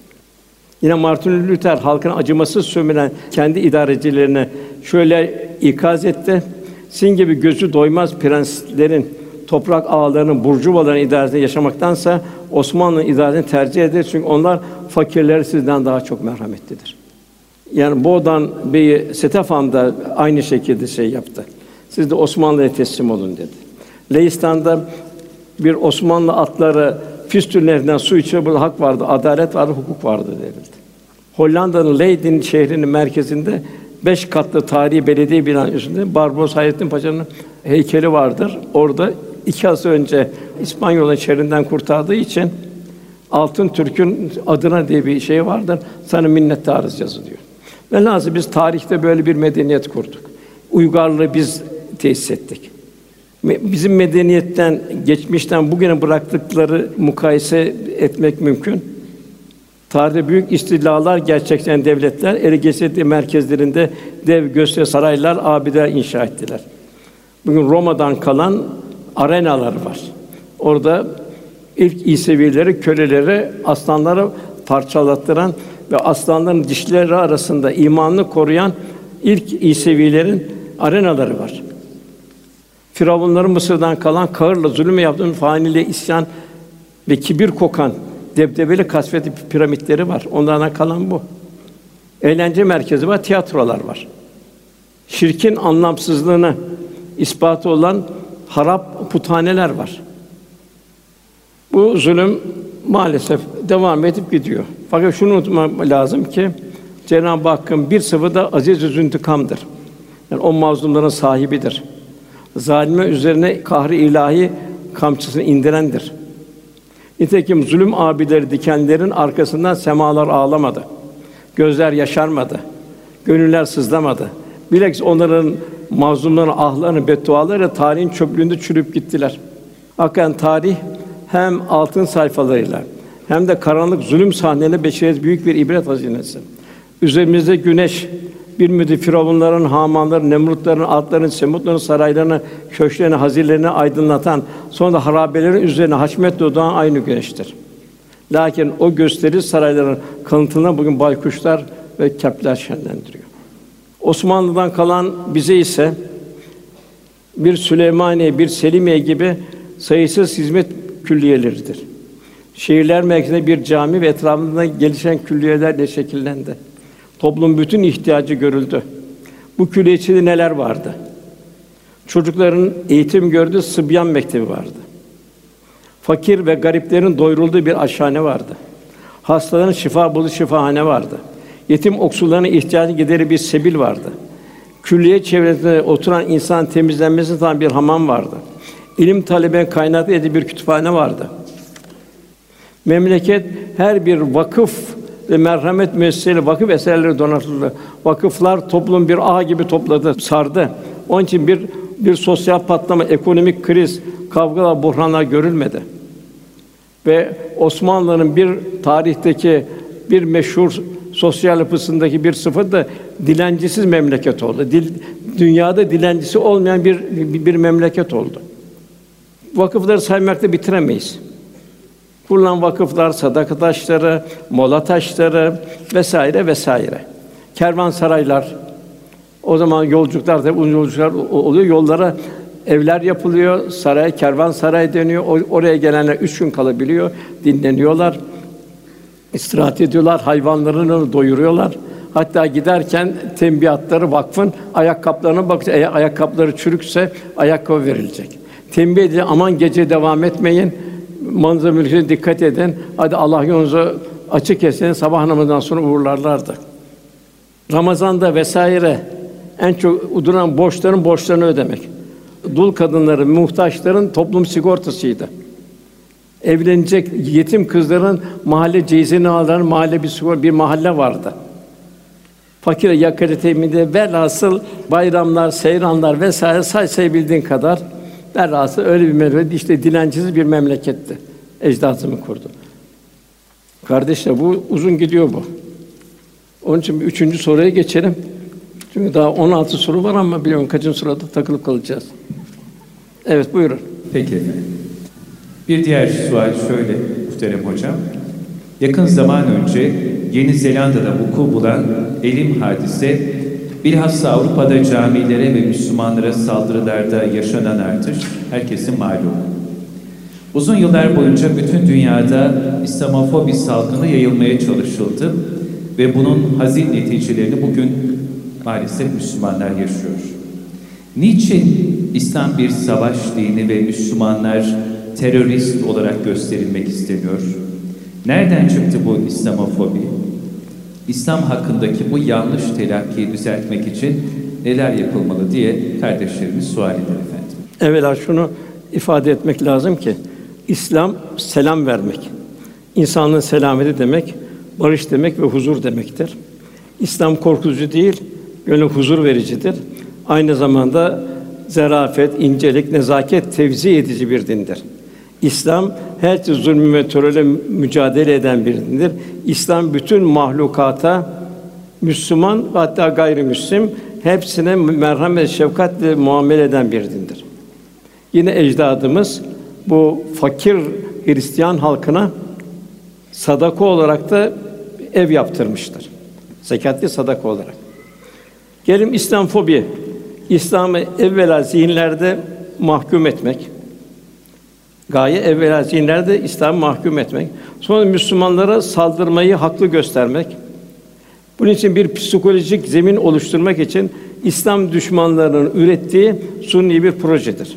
Yine Martin Luther halkın acımasız sömüren kendi idarecilerine şöyle ikaz etti. Sizin gibi gözü doymaz prenslerin, toprak ağalarının, burjuvaların idaresinde yaşamaktansa Osmanlı'nın idaresini tercih eder. Çünkü onlar fakirleri sizden daha çok merhametlidir. Yani Boğdan Bey'i Stefan da aynı şekilde yaptı. Siz de Osmanlı'ya teslim olun dedi. Leistan'da bir Osmanlı atları Fistül Nehri'nden su içiyor. Burada hak vardı, adalet vardı, hukuk vardı denildi. Hollanda'nın Leiden şehrinin merkezinde 5 katlı tarihi belediye binanın üstünde Barbaros Hayrettin Paşa'nın heykeli vardır. Orada 2 asır önce İspanyol'un şerrinden kurtardığı için Altın Türk'ün adına diye bir şey vardır. Sana minnettarız yazılıyor. Velhâsıl biz tarihte böyle bir medeniyet kurduk. Uygarlığı biz tesis ettik. Bizim medeniyetten, geçmişten bugüne bıraktıkları mukayese etmek mümkün. Tarihte büyük istilalar gerçekleştiren devletler, Ege merkezlerinde dev gösteri saraylar, abideler inşa ettiler. Bugün Roma'dan kalan arenalar var. Orada ilk İsevileri, köleleri, aslanları parçalattıran ve aslanların dişleri arasında imanını koruyan ilk İsevilerin arenaları var. Firavunların Mısır'dan kalan kahırla zulüm yaptığı faniliğe isyan ve kibir kokan debdebeli kasvetli piramitleri var. Onlardan kalan bu. Eğlence merkezi var, tiyatrolar var. Şirkin anlamsızlığını ispatı olan harap puthaneler var. Bu zulüm maalesef devam edip gidiyor. Fakat şunu unutmamak lazım ki Cenab-ı Hakk'ın bir sıfatı da aziz-i züntikamdır. Yani o mazlumların sahibidir. Zalime üzerine kahri ilahi kamçısını indirendir. Nitekim zulüm abileri dikenlerin arkasından semalar ağlamadı. Gözler yaşarmadı. Gönüller sızlamadı. Bilakis onların mazlumların ahlarını, bedduaları tarihin çöplüğünde çürüp gittiler. Hakikaten tarih hem altın sayfalarıyla hem de karanlık zulüm sahnelerinde beşeriyet büyük bir ibret hazinesi. Üzerimizde güneş bir müddet firavunların, hamanların, nemrutların, atların, semutların saraylarını, köşklerini, hazirlerini aydınlatan, sonra da harabelerin üzerine haşmetle doğan aynı güneştir. Lakin o gösteri sarayların kanıtına bugün baykuşlar ve kepler şenlendiriyor. Osmanlı'dan kalan bize ise bir Süleymaniye, bir Selimiye gibi sayısız hizmet külliyeleridir. Şehirler merkezinde bir cami ve etrafında gelişen külliyelerle şekillendi. Toplumun bütün ihtiyacı görüldü. Bu külliye içinde neler vardı? Çocukların eğitim gördüğü Sıbyan Mektebi vardı. Fakir ve gariplerin doyurulduğu bir aşhane vardı. Hastaların şifa bulduğu şifahane vardı. Yetim oksulların ihtiyacı gideri bir sebil vardı. Külliye çevresinde oturan insan temizlenmesi için bir hamam vardı. İlim talebe kaynaklı edici bir kütüphane vardı. Memleket her bir vakıf ve merhamet müesseseleri, vakıf eserleri donatıldı. Vakıflar toplum bir ağ gibi topladı, sardı. Onun için bir sosyal patlama, ekonomik kriz, kavgalar, buhranlar görülmedi. Ve Osmanlı'nın bir tarihteki bir meşhur sosyal yapısındaki bir sıfatı da dilencisiz memleket oldu. Dünyada dilencisi olmayan bir memleket oldu. Vakıfları saymakla bitiremeyiz. Kurulan vakıflar, sadaka taşları, mola taşları vesaire vesaire. Kervansaraylar. O zaman yolculuklar da uzun yolculuklar oluyor. Yollara evler yapılıyor. Saray, kervansaray deniyor. Oraya gelenler 3 gün kalabiliyor. Dinleniyorlar. İstirahat ediyorlar. Hayvanlarını doyuruyorlar. Hatta giderken tembihatları vakfın ayakkabılarına bakıyor. Eğer ayakkabıları çürükse ayakkabı verilecek. Tembih edici, aman gece devam etmeyin. Manzara mülküne dikkat edin. Hadi Allah yolunuzu açık etsin. Sabah namazından sonra uğurlarlardı. Ramazan'da vesaire en çok duran borçlarını ödemek. Dul kadınların, muhtaçların toplum sigortasıydı. Evlenecek yetim kızların mahalle ceyzini alan bir mahalle vardı. Fakire yakıt teminde velhasıl bayramlar, seyranlar vesaire sayabildiğin kadar velhasıl öyle bir memleket, işte dilencisiz bir memleketti. Ecdadımın kurdu. Kardeşler bu uzun gidiyor bu. Onun için 3. soruya geçelim. Çünkü daha 16 soru var ama biliyorum kaçıncı soruda takılıp kalacağız. Evet, buyurun. Peki efendim. Bir diğer sual şöyle muhterem hocam. Yakın zaman önce Yeni Zelanda'da vuku bulan elim hadise, bilhassa Avrupa'da camilere ve Müslümanlara saldırılarda yaşanan artış herkesin malumu. Uzun yıllar boyunca bütün dünyada İslamofobi salgını yayılmaya çalışıldı ve bunun hazin neticelerini bugün maalesef Müslümanlar yaşıyor. Niçin İslam bir savaş dini ve Müslümanlar terörist olarak gösterilmek isteniyor? Nereden çıktı bu İslamofobi? İslam hakkındaki bu yanlış telakkiyi düzeltmek için neler yapılmalı diye kardeşlerimiz sual eder efendim. Evvela şunu ifade etmek lazım ki İslam selam vermek. İnsanlığın selameti demek, barış demek ve huzur demektir. İslam korkutucu değil, gönül huzur vericidir. Aynı zamanda zarafet, incelik, nezaket tevzi edici bir dindir. İslam her türlü zulmü ve terörle mücadele eden bir dindir. İslam bütün mahlukata, Müslüman ve hatta gayrimüslim hepsine merhamet, şefkatle muamele eden bir dindir. Yine ecdadımız bu fakir Hristiyan halkına sadaka olarak da ev yaptırmıştır. Zekatlı sadaka olarak. Gelin İslamofobi. İslam'ı evvela zihinlerde mahkum etmek. Gaye evvela zihinlerde İslam'ı mahkum etmek. Sonra Müslümanlara saldırmayı haklı göstermek. Bunun için bir psikolojik zemin oluşturmak için İslam düşmanlarının ürettiği suni bir projedir.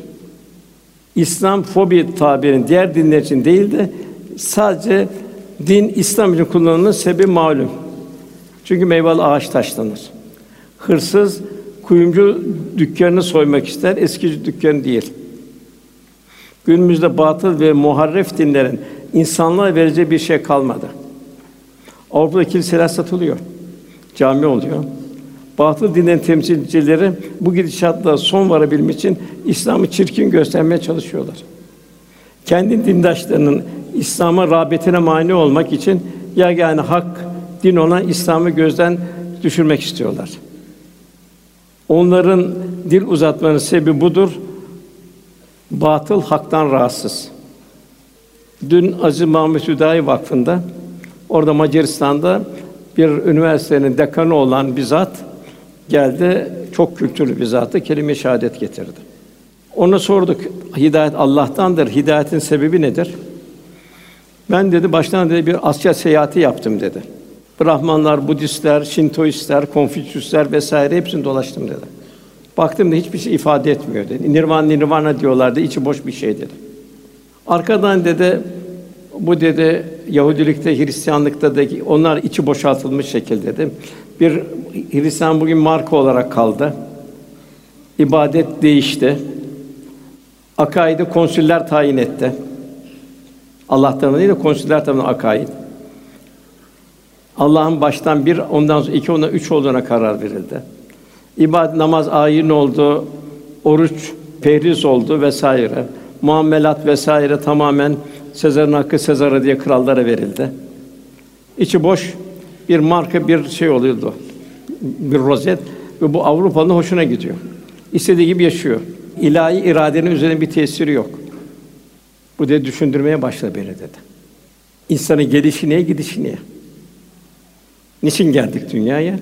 İslamofobi tabirin diğer dinler için değil de sadece din İslam için kullanılmanın sebebi malum. Çünkü meyveli ağaç taşlanır. Hırsız kuyumcu dükkanını soymak ister, eskici dükkanı değil. Günümüzde batıl ve muharref dinlerin insanlığa vereceği bir şey kalmadı. Avrupa'da kiliseler satılıyor, cami oluyor. Batıl dinlerin temsilcileri bu gidişatla son varabilmek için İslam'ı çirkin göstermeye çalışıyorlar. Kendi dindaşlarının İslam'a rağbetine mani olmak için yegâne hak din olan İslam'ı gözden düşürmek istiyorlar. Onların dil uzatmanın sebebi budur. Batıl haktan rahatsız. Dün Aziz Mahmud Hüdayi Vakfı'nda, orada Macaristan'da bir üniversitenin dekanı olan bir zat geldi, çok kültürlü bir zattı, kelime-i şehadet getirdi. Ona sorduk, hidayet Allah'tandır, hidayetin sebebi nedir? Ben dedi, baştan dedi bir Asya seyahati yaptım dedi. Brahmanlar, Budistler, Şintoistler, Konfüçyüsler vesaire hepsini dolaştım dedi. Baktım da hiçbir şey ifade etmiyor dedi. Nirvana diyorlardı, içi boş bir şey dedi. Arkadan dedi, bu dedi Yahudilikte, Hristiyanlıkta da onlar içi boşaltılmış şekilde dedi. Bir Hristiyan bugün marka olarak kaldı. İbadet değişti. Akaidi konsüller tayin etti. Allah tarafından değil de konsüller tarafından akaid. Allah'ın baştan bir, ondan sonra iki, ondan üç olduğuna karar verildi. İbadet, namaz ayin oldu, oruç perhiz oldu vesaire. Muamelat vesaire tamamen Sezar'ın hakkı Sezar'a diye krallara verildi. İçi boş bir marka, bir şey oluyordu. Bir rozet ve bu Avrupa'nın hoşuna gidiyor. İstediği gibi yaşıyor. İlahi iradenin üzerine bir tesiri yok. Bu dedi düşündürmeye başladı beni dedi. İnsanın gelişi niye, gidişi niye? Niçin geldik dünyaya?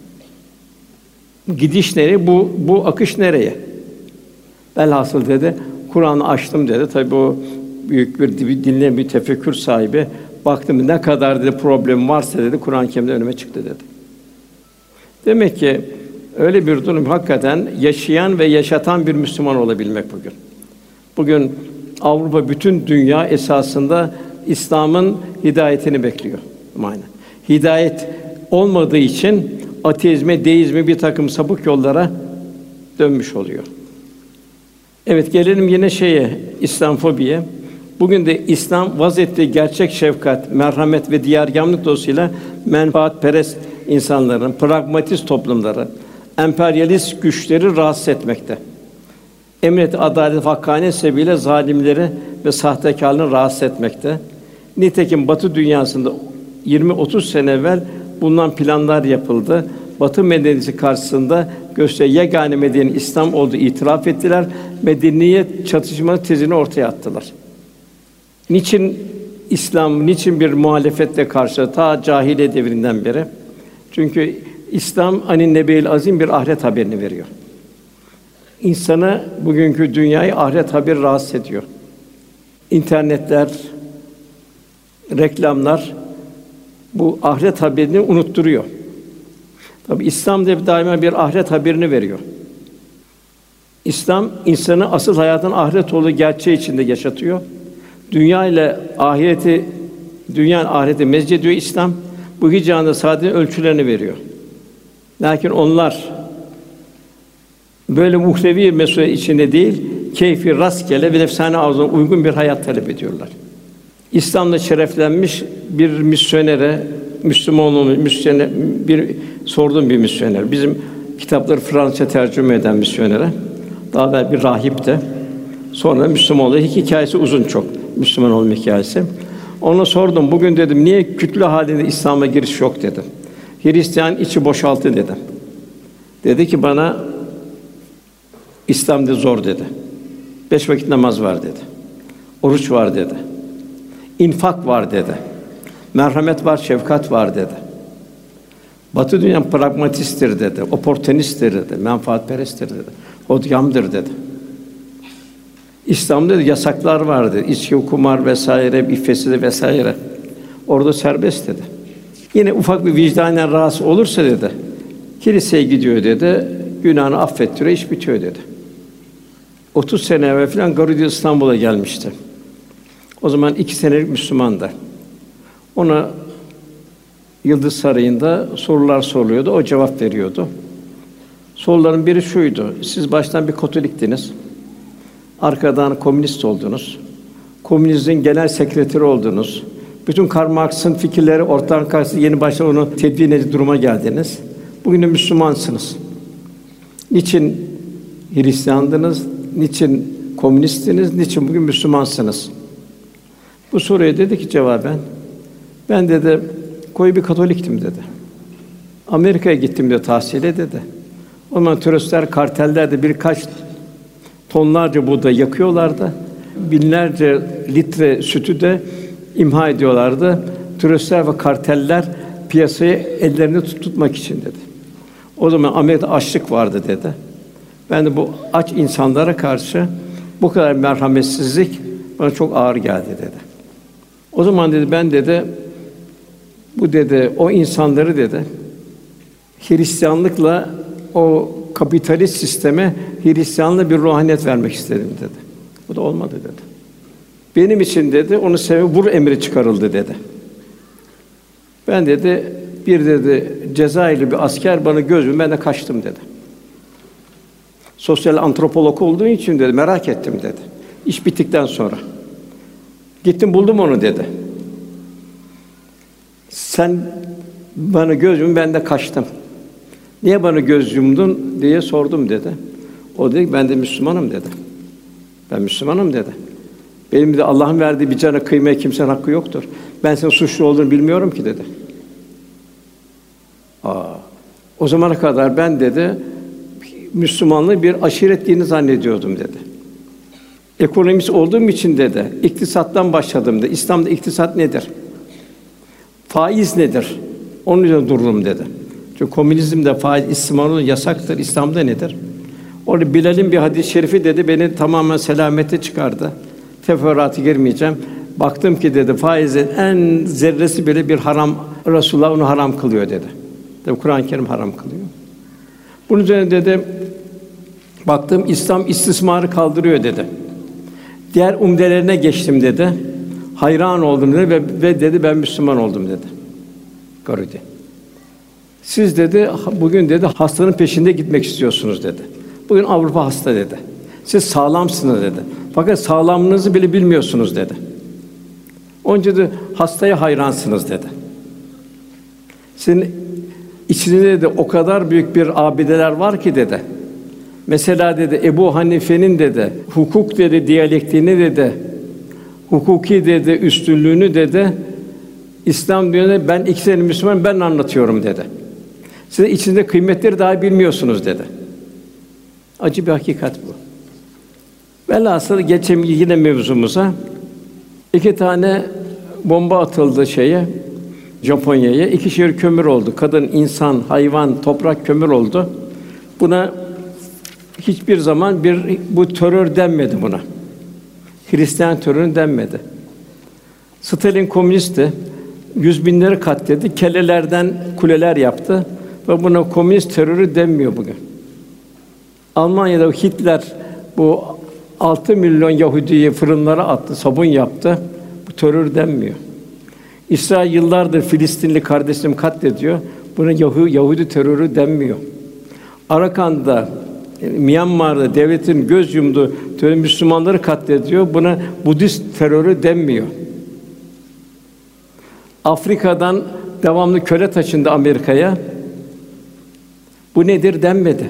Gidiş nereye? Bu akış nereye? Velhasıl dedi, Kur'an'ı açtım dedi. Tabii o büyük bir dinle bir tefekkür sahibi. Baktım ne kadar dedi problem varsa dedi Kur'an-ı Kerim'de önüme çıktı dedi. Demek ki öyle bir durum hakikaten yaşayan ve yaşatan bir Müslüman olabilmek bugün. Bugün Avrupa, bütün dünya esasında İslam'ın hidayetini bekliyor. Aynen. Hidayet olmadığı için ateizme, deizme, bir takım sapık yollara dönmüş oluyor. Evet, gelelim yine İslamofobiye. Bugün de İslam vaz ettiği gerçek şefkat, merhamet ve diyargâmlık dolayısıyla menfaatperest insanların, pragmatist toplumları, emperyalist güçleri rahatsız etmekte. Emret, adalet, hakkaniyet sebebiyle zalimleri ve sahtekârları rahatsız etmekte. Nitekim Batı dünyasında 20-30 sene evvel bulunan planlar yapıldı. Batı medeniyeti karşısında yegâne medeniyet İslam olduğu itiraf ettiler. Medeniyet çatışma tezini ortaya attılar. Niçin İslam, niçin bir muhalefetle karşı ta cahiliye devrinden beri? Çünkü İslam anin nebeil azim bir ahiret haberini veriyor. İnsanı, bugünkü dünyayı ahiret haberi rahatsız ediyor. İnternetler, reklamlar bu ahiret haberini unutturuyor. Tabii İslam da daima bir ahiret haberini veriyor. İslam insanı asıl hayatın ahiret olduğu gerçeği içinde yaşatıyor. Dünya ile ahireti, dünyanın ahireti mezcediyor İslam. Bu iki cihanda saadetin ölçülerini veriyor. Lakin onlar böyle muhtevi mesele içinde değil, keyfi, rastgele ve nefsane arzuna uygun bir hayat talep ediyorlar. İslam'la şereflenmiş bir misyonere, Müslüman olmuş misyoner, sordum bir misyoner. Bizim kitapları Fransızca tercüme eden misyonere. Daha evvel bir rahip de. Sonra Müslüman oldu. Hikâyesi uzun çok. Müslüman olma hikâyesi. Ona sordum. Bugün dedim, niye kütle halinde İslam'a giriş yok dedim. Hristiyan içi boşaltı dedim. Dedi ki bana, İslam de zor dedi. 5 vakit namaz var dedi. Oruç var dedi. İnfak var dedi. Merhamet var, şefkat var dedi. Batı dünya pragmatisttir dedi. Oportunisttir dedi. Menfaatperesttir dedi. Hodyamdır dedi. İslam'da dedi, yasaklar var dedi. İçki, kumar vesaire, iffetsizlik vesaire. Orada serbest dedi. Yine ufak bir vicdanen rahatsız olursa dedi, kiliseye gidiyor dedi. Günahını affettiriyor, iş bitiyor dedi. 30 sene evvel filan Garudi İstanbul'a gelmişti. O zaman 2 senelik Müslümandı. Ona Yıldız Sarayı'nda sorular soruluyordu, o cevap veriyordu. Soruların biri şuydu: siz baştan bir Katoliktiniz, arkadan komünist oldunuz, komünizmin genel sekreteri oldunuz, bütün Karl Marx'ın fikirleri ortadan kalktı, yeni baştan onu tedvin edici duruma geldiniz. Bugün de Müslümansınız. Niçin Hristiyandınız? Niçin komünisttiniz? Niçin bugün Müslümansınız? Bu soruya dedi ki cevaben, ben dedi koyu bir Katoliktim dedi. Amerika'ya gittim de tahsile dedi. O zaman teröristler, karteller de birkaç tonlarca buğday yakıyorlardı. Binlerce litre sütü de imha ediyorlardı. Teröristler ve karteller piyasayı ellerinde tutmak için dedi. O zaman Amerika'da açlık vardı dedi. Ben de bu aç insanlara karşı bu kadar merhametsizlik bana çok ağır geldi dedi. O zaman dedi ben dedi bu dedi o insanları dedi Hristiyanlıkla o kapitalist sisteme Hristiyanlığa bir ruhaniyet vermek istedim dedi. Bu da olmadı dedi. Benim için dedi onun sebebi vur emri çıkarıldı dedi. Ben dedi bir dedi Cezayirli bir asker bana gözüm, ben de kaçtım dedi. Sosyal antropolog olduğu için dedi merak ettim dedi. İş bittikten sonra gittim buldum onu dedi. Sen bana göz yum, ben de kaçtım. Niye bana göz yumdun diye sordum dedi. O dedi ben de Müslümanım dedi. Ben Müslümanım dedi. Benim de Allah'ın verdiği bir cana kıymaya kimsenin hakkı yoktur. Ben senin suçlu olduğunu bilmiyorum ki dedi. O zamana kadar ben dedi Müslümanlığı bir aşiret dini zannediyordum dedi. Ekonomist olduğum için dedi, iktisattan başladım dedi. İslam'da iktisat nedir? Faiz nedir? Onun üzerine dururum dedi. Çünkü komünizmde faiz istismarı yasaktır. İslam'da nedir? Orada Bilal'in bir hadis-i şerifi dedi, beni tamamen selamete çıkardı. Teferruata girmeyeceğim. Baktım ki dedi, faizin en zerresi bile bir haram. Resulullah onu haram kılıyor dedi. Tabii Kur'an-ı Kerim haram kılıyor. Bunun üzerine dedi, baktım İslam istismarı kaldırıyor dedi. Diğer umdelerine geçtim dedi. Hayran oldum dedi ve dedi ben Müslüman oldum dedi. Garudi. Siz dedi bugün dedi hastanın peşinde gitmek istiyorsunuz dedi. Bugün Avrupa hasta dedi. Siz sağlamsınız dedi. Fakat sağlamlığınızı bile bilmiyorsunuz dedi. Onun için de hastaya hayransınız dedi. Sizin içinizde de o kadar büyük bir abideler var ki dedi. Mesela dedi Ebu Hanife'nin dedi hukuk dedi diyalektiğini dedi, hukuki dedi üstünlüğünü dedi, İslam dünyasında ben 2 sene Müslüman ben anlatıyorum dedi. Siz içinde kıymetleri daha bilmiyorsunuz dedi. Acı bir hakikat bu. Velhasıl geçelim yine mevzumuza. 2 tane bomba atıldı Japonya'ya. 2 şehir kömür oldu. Kadın, insan, hayvan, toprak kömür oldu. Buna hiçbir zaman bu terör denmedi buna. Hristiyan terörü denmedi. Stalin komünistti. 100.000'leri katletti. Kelelerden kuleler yaptı ve buna komünist terörü denmiyor bugün. Almanya'da Hitler bu 6 milyon Yahudi'yi fırınlara attı, sabun yaptı. Bu terör denmiyor. İsrail yıllardır Filistinli kardeşlerimi katlediyor. Buna Yahudi terörü denmiyor. Arakan'da, Myanmar'da devletin göz yumduğu Müslümanları katlediyor. Buna Budist terörü denmiyor. Afrika'dan devamlı köle taşındı Amerika'ya. Bu nedir denmedi.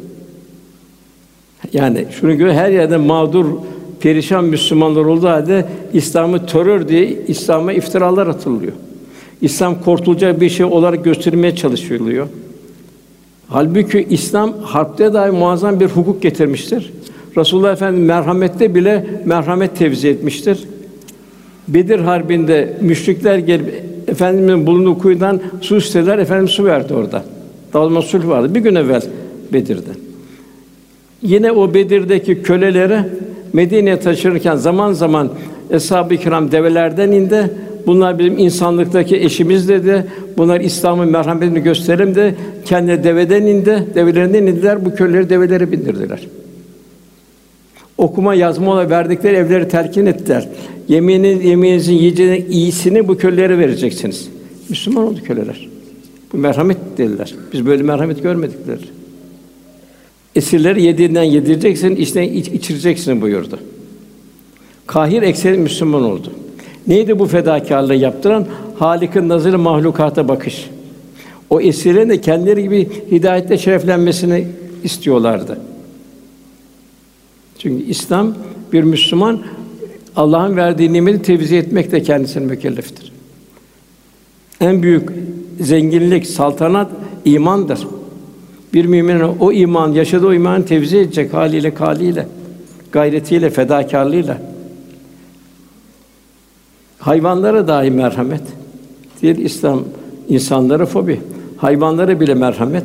Yani şunu göre her yerde mağdur, perişan Müslümanlar olduğu halde İslam'ı terör diye İslam'a iftiralar atılıyor. İslam kurtulacak bir şey olarak gösterilmeye çalışılıyor. Halbuki İslam harpte dahi muazzam bir hukuk getirmiştir. Resulullah Efendimiz merhamette bile merhamet tevzi etmiştir. Bedir Harbi'nde müşrikler gelip Efendimiz'in bulunduğu kuyudan su istediler, Efendimiz su verdi orada. Dağılma sulh vardı bir gün evvel Bedir'de. Yine o Bedir'deki kölelere Medine'ye taşırken zaman zaman Eshab-ı Kiram develerden indi. Bunlar bizim insanlıktaki eşimiz dedi. Bunlar İslam'ın merhametini gösterelim de kendi deveden indi. Develerinden indiler. Bu köleleri develere bindirdiler. Okuma yazma olarak verdikleri evleri telkin ettiler. Yemeğinizin yiyeceğinin iyisini bu kölelere vereceksiniz. Müslüman oldu köleler. Bu merhamet dediler. Biz böyle merhamet görmedikler. Esirleri yediğinden yedireceksin, içireceksin buyurdu. Kahir ekseri Müslüman oldu. Neydi bu fedakârlığı yaptıran? Hâlik'in nazarı mahlukata bakış. O esirlerin de kendileri gibi hidayette şereflenmesini istiyorlardı. Çünkü İslam bir Müslüman Allah'ın verdiği nimeti tevzi etmekle kendisine mükelleftir. En büyük zenginlik, saltanat imandır. Bir müminin o iman, yaşadığı o imanı tevzi edecek haliyle, kâliyle, gayretiyle, fedakârlığıyla. Hayvanlara dahi merhamet. Değil İslam, insanlara fobi. Hayvanlara bile merhamet.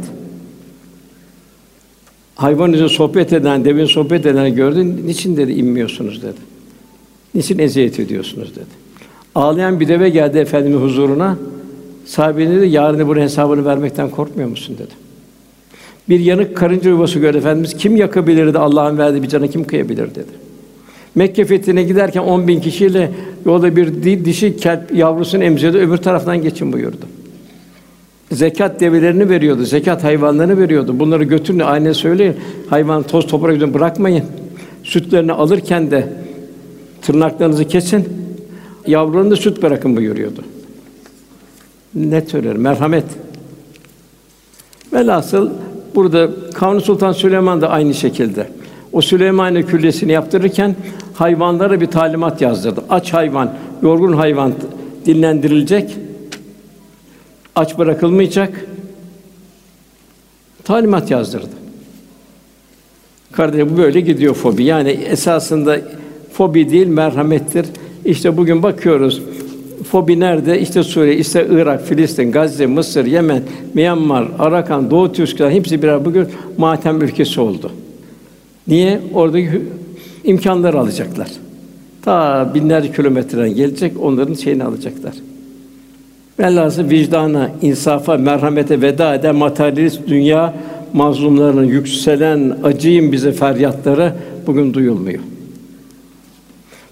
Hayvan üzerine sohbet eden, devin sohbet edeni gördün, niçin dedi inmiyorsunuz dedi. Niçin eziyet ediyorsunuz dedi. Ağlayan bir deve geldi Efendimiz huzuruna. Sahibine dedi, yarın bunun hesabını vermekten korkmuyor musun dedi. Bir yanık karınca yuvası gördü Efendimiz. Kim yakabilirdi Allah'ın verdiği bir cana kim kıyabilir dedi. Mekke fethine giderken 10.000 kişiyle yolda bir dişi kelp yavrusunu emziriyordu. Öbür taraftan geçin buyurdu. Zekat develerini veriyordu, zekat hayvanlarını veriyordu. Bunları götürün, aynaya söyleyin. Hayvan toz toprak üzerine bırakmayın. Sütlerini alırken de tırnaklarınızı kesin. Yavrularına da süt bırakın buyuruyordu. Ne söyler? Merhamet. Velhasıl burada Kanuni Sultan Süleyman da aynı şekilde. O Süleymaniye Külliyesi'ni yaptırırken hayvanlara bir talimat yazdırdı. Aç hayvan, yorgun hayvan dinlendirilecek. Aç bırakılmayacak. Talimat yazdırdı. Kardeşim bu böyle gidiyor fobi. Yani esasında fobi değil merhamettir. İşte bugün bakıyoruz. Fobi nerede? İşte Suriye, işte Irak, Filistin, Gazze, Mısır, Yemen, Myanmar, Arakan, Doğu Türkistan hepsi birer bugün matem ülkesi oldu. Niye? Oradaki imkânları alacaklar. Ta binlerce kilometreden gelecek, onların şeyini alacaklar. Velhâsıl vicdana, insafa, merhamete veda eden materyalist dünya mazlumlarının yükselen acıyın bize feryatları bugün duyulmuyor.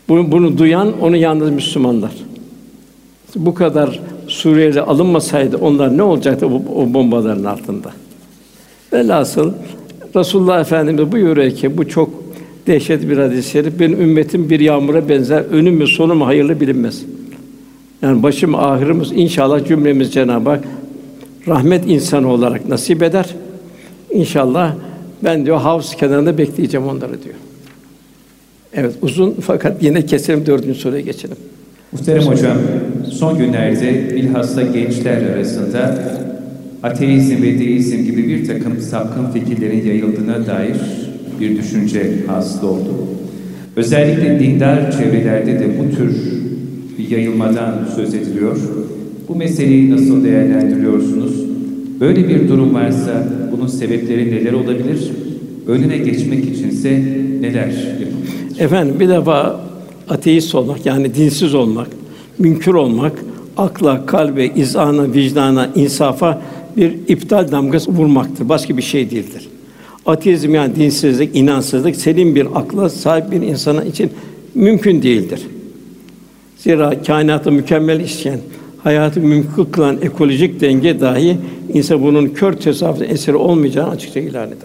Bunu duyan, onu yalnız Müslümanlar. Bu kadar Suriyeli alınmasaydı onlar ne olacaktı o bombaların altında? Velhasıl Resulullah Efendimiz buyuruyor ki bu çok dehşetli bir hadis-i şerif. Benim ümmetim bir yağmura benzer. Önüm mü sonu mu hayırlı bilinmez. Yani başım ahirimiz inşallah cümlemiz Cenab-ı Hak rahmet insanı olarak nasip eder. İnşallah ben diyor havz kenarında bekleyeceğim onları diyor. Evet uzun fakat yine keselim 4. soruya geçelim. Muhterem hocam, son günlerde bilhassa gençler arasında ateizm ve deizm gibi bir takım sapkın fikirlerin yayıldığına dair bir düşünce hasıl oldu. Özellikle dindar çevrelerde de bu tür bir yayılmadan söz ediliyor. Bu meseleyi nasıl değerlendiriyorsunuz? Böyle bir durum varsa bunun sebepleri neler olabilir? Önüne geçmek içinse neler yapılmalıdır? Efendim bir defa ateist olmak yani dinsiz olmak, münkir olmak, akla, kalbe, izana, vicdana, insafa bir iptal damgası vurmaktır. Başka bir şey değildir. Ateizm yani dinsizlik, inansızlık selim bir akla sahip bir insana için mümkün değildir. Zira kainatı mükemmel işleyen, hayatı mümkün kılan ekolojik denge dahi insan bunun kör tesadüf eseri olmayacağını açıkça ilan eder.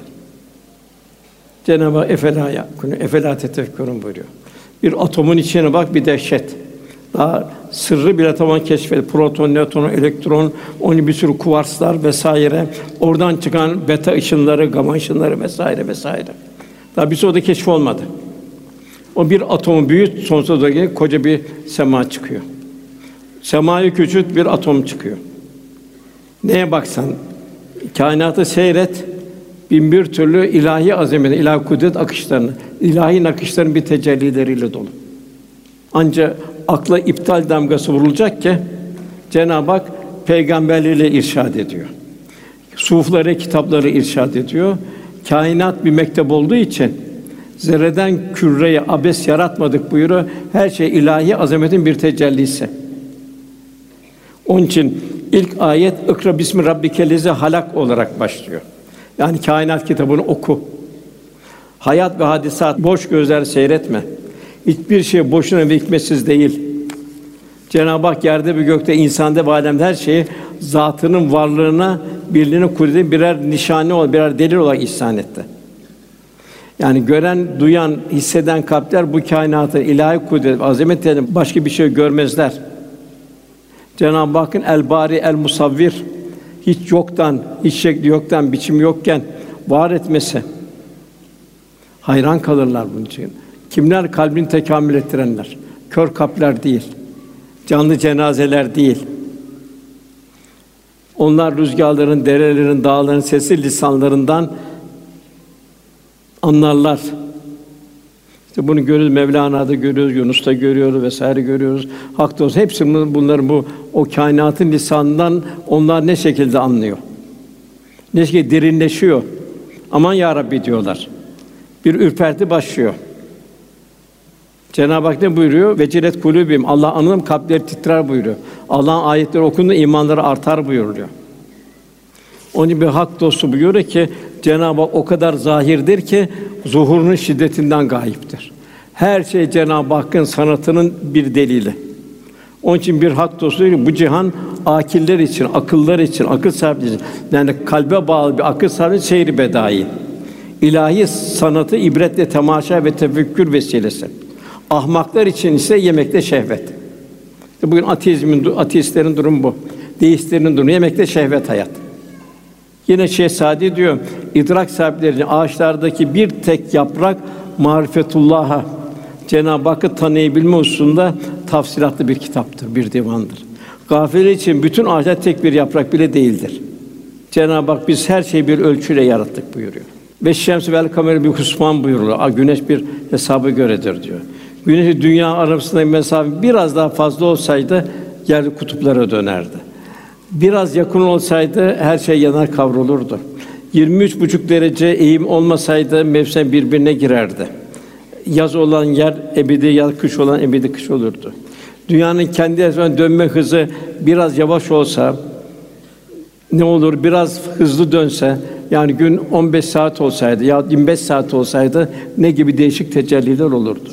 Cenab-ı Hak efela tetefekkurun buyuruyor. Bir atomun içine bak bir dehşet. Daha sırrı bir atomdan keşfet. Proton, nötron, elektron, onun bir sürü kuvarslar vesaire. Oradan çıkan beta ışınları, gama ışınları vesaire vesaire. Daha bir sürü de keşif olmadı. O bir atomu büyüt, sonsuza koca bir sema çıkıyor. Semayı küçült, bir atom çıkıyor. Neye baksan, kainatı seyret, bin bir türlü ilahi azamet, ilahi kudret akışlarını, ilahi nakışların bir tecellileriyle dolu. Ancak akla iptal damgası vurulacak ki Cenab-ı Hak peygamberleriyle irşad ediyor. Sufları, kitapları irşad ediyor. Kainat bir mektep olduğu için zerreden küreye abes yaratmadık buyuruyor. Her şey ilahi azametin bir tecellisi. Onun için ilk ayet "İkra bismi rabbikellezî halak" olarak başlıyor. Yani kainat kitabını oku. Hayat ve hadisat boş gözler seyretme. Hiçbir şey boşuna ve hikmetsiz değil. Cenab-ı Hak yerde ve gökte, insanda ve alemde her şeyi zatının varlığına, birliğine, kudretine birer nişane olarak, birer delil olarak ihsan etti. Yani gören, duyan, hisseden kalpler bu kainatın ilahi kudret, azametini başka bir şey görmezler. Cenab-ı Hakk'ın el-Bari, el-Musavvir, hiç yoktan, hiç şekli yoktan, biçim yokken var etmesi. Hayran kalırlar bunun için. Kimler kalbini tekamül ettirenler? Kör kalpler değil, canlı cenazeler değil. Onlar rüzgârların, derelerin, dağların sesli lisanlarından anlarlar. İşte bunu görüyoruz, Mevlana'da görüyoruz, Yunus'ta görüyoruz vesaire görüyoruz. Hak dostu hepsi bunların o kainatın lisanından onlar ne şekilde anlıyor? Ne şekilde derinleşiyor? Aman ya Rabbi diyorlar. Bir ürperti başlıyor. Cenab-ı Hak ne buyuruyor? Vecilet kulûbihim. Allah anılım kalpleri titrer buyuruyor. Allah'ın ayetleri okunduğunda imanları artar buyuruyor. Onun için bir hak dostu buyuruyor ki Cenab-ı Hak o kadar zahirdir ki zuhurunun şiddetinden gayiptir. Her şey Cenab-ı Hakk'ın sanatının bir delili. Onun için bir hak dostu diyor ki bu cihan âkiller için, akıllar için, akıl sahipleri için, yani kalbe bağlı bir akıl sahibi seyri bedâi. İlahi sanatı ibretle temaşa ve tefekkür vesilesi. Ahmaklar için ise yemekte şehvet. İşte bugün ateistlerin durumu bu. Deistlerin durumu yemekte şehvet hayat. Yine Şeyh Sadi diyor, idrak sahipleri ağaçlardaki bir tek yaprak marifetullah'a, Cenab-ı Hakk'ı tanıyabilme hususunda tafsilatlı bir kitaptır, bir divandır. Gafiller için bütün ağaçlar tek bir yaprak bile değildir. Cenab-ı Hak biz her şeyi bir ölçüyle yarattık buyuruyor. Ve şems vel kamer bir husman buyuruyor. Güneş bir hesabı göredir diyor. Güneşi dünya arasındaki mesafe biraz daha fazla olsaydı yer kutuplara dönerdi. Biraz yakın olsaydı her şey yanar kavrulurdu. 23,5 derece eğim olmasaydı mevsim birbirine girerdi. Yaz olan yer ebedi yaz, kış olan ebedi kış olurdu. Dünyanın kendi etrafına dönme hızı biraz yavaş olsa ne olur? Biraz hızlı dönse, yani gün 15 saat olsaydı ya 25 saat olsaydı ne gibi değişik tecelliler olurdu.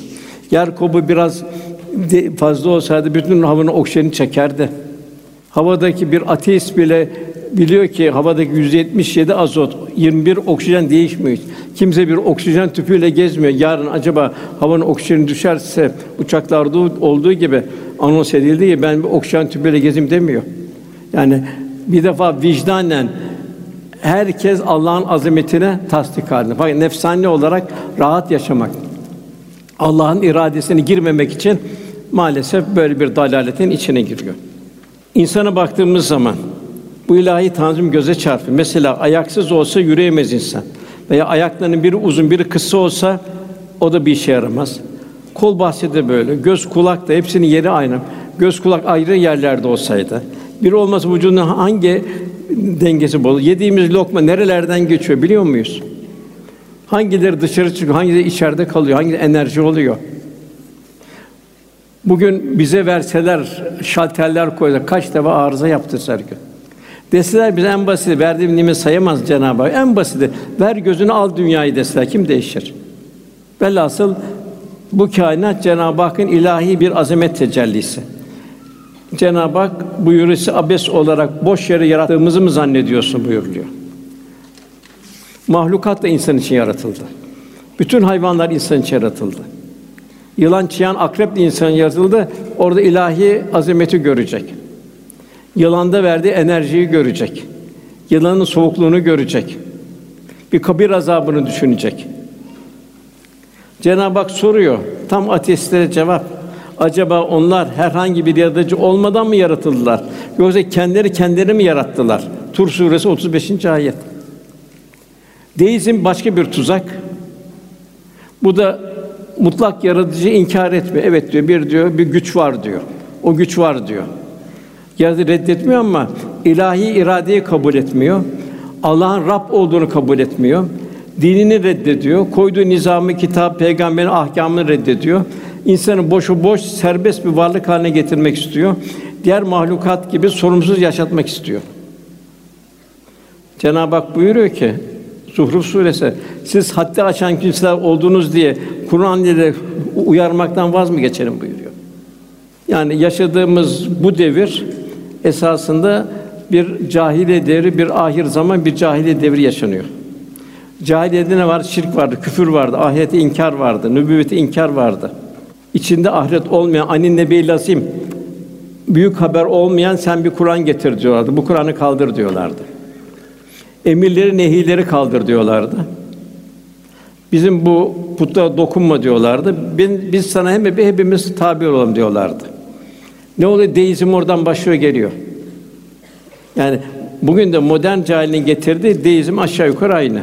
Yer kabuğu biraz fazla olsaydı bütün havanın oksijeni çekerdi. Havadaki bir ateist bile biliyor ki havadaki 177 azot, 21 oksijen değişmiyor. Kimse bir oksijen tüpüyle gezmiyor. Yarın acaba havanın oksijeni düşerse uçaklarda olduğu gibi anons edildiği gibi ben bir oksijen tüpüyle gezeyim demiyor. Yani bir defa vicdanen herkes Allah'ın azametine tasdik halinde. Fakat nefsani olarak rahat yaşamak, Allah'ın iradesine girmemek için maalesef böyle bir dalaletin içine giriyor. İnsana baktığımız zaman bu ilahi tanzim göze çarpıyor. Mesela ayaksız olsa yürüyemez insan. Veya ayaklarının biri uzun, biri kısa olsa o da bir işe yaramaz. Kol bahsi de böyle, göz kulak da hepsinin yeri aynı. Göz kulak ayrı yerlerde olsaydı, biri olmasa vücudun hangi dengesi bozulur? Yediğimiz lokma nerelerden geçiyor biliyor muyuz? Hangileri dışarı çıkıyor, hangileri içeride kalıyor, hangileri enerji oluyor? Bugün bize verseler, şalterler koysalar, kaç defa arıza yaptırsa her gün. Deseler bize en basit, verdiğim nimet sayamaz Cenab-ı Hak. En basiti, ver gözünü al dünyayı deseler, kim değişir? Velhasıl bu kainat Cenab-ı Hakk'ın ilahi bir azamet tecellisi. Cenab-ı Hak buyurusu abes olarak boş yere yarattığımızı mı zannediyorsun buyuruluyor. Mahlukat da insan için yaratıldı. Bütün hayvanlar insan için yaratıldı. Yılan, çıyan, akrep de insan yaratıldı. Orada ilahi azameti görecek. Yılanda verdiği enerjiyi görecek. Yılanın soğukluğunu görecek. Bir kabir azabını düşünecek. Cenab-ı Hak soruyor. Tam ateistlere cevap. Acaba onlar herhangi bir yaratıcı olmadan mı yaratıldılar? Yoksa kendileri mi yarattılar? Tur suresi 35. ayet. Deizm başka bir tuzak. Bu da mutlak yaratıcıyı inkar etmiyor. Evet diyor, bir güç var diyor. O güç var diyor. Yaratıcıyı reddetmiyor ama ilahi iradeyi kabul etmiyor. Allah'ın Rab olduğunu kabul etmiyor. Dinini reddediyor. Koyduğu nizamı, kitap, peygamberin ahkâmını reddediyor. İnsanı boş, serbest bir varlık haline getirmek istiyor. Diğer mahlukat gibi sorumsuz yaşatmak istiyor. Cenab-ı Hak buyuruyor ki Zuhruf suresi, siz haddi aşan kimseler oldunuz diye Kur'an ile uyarmaktan vaz mı geçelim buyuruyor. Yani yaşadığımız bu devir esasında bir cahiliye devri, bir ahir zaman bir cahiliye devri yaşanıyor. Cahiliyede ne var? Şirk vardı, küfür vardı, ahirete inkar vardı, nübüvvete inkar vardı. İçinde ahiret olmayan anin nebiyyil lazim, büyük haber olmayan sen bir Kur'an getir diyorlardı. Bu Kur'an'ı kaldır diyorlardı. Emirleri, nehiyleri kaldır diyorlardı. Bizim bu putlara dokunma diyorlardı. Biz sana hepimiz tabi olalım diyorlardı. Ne oluyor? Deizm oradan başlıyor geliyor. Yani bugün de modern cahilliğin getirdiği deizm aşağı yukarı aynı.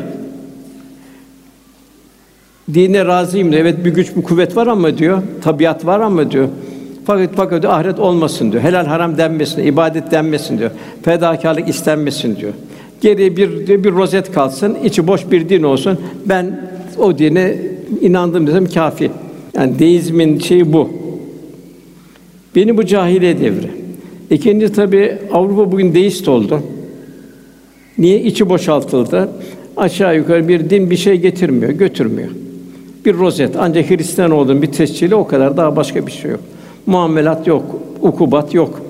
Dine razıyım diyor. Evet bir güç, bir kuvvet var ama diyor, tabiat var ama diyor. Fakat diyor, ahiret olmasın diyor. Helal haram denmesin, ibadet denmesin diyor. Fedakârlık istenmesin diyor. Geriye bir rozet kalsın, içi boş bir din olsun. Ben o dine inandım desem kâfi. Yani deizmin şeyi bu. Beni bu cahiliye devri. İkinci tabii Avrupa bugün deist oldu. Niye? İçi boşaltıldı. Aşağı yukarı bir din bir şey getirmiyor, götürmüyor. Bir rozet, ancak Hristiyan olduğun bir tescili o kadar, daha başka bir şey yok. Muamelat yok, ukubat yok.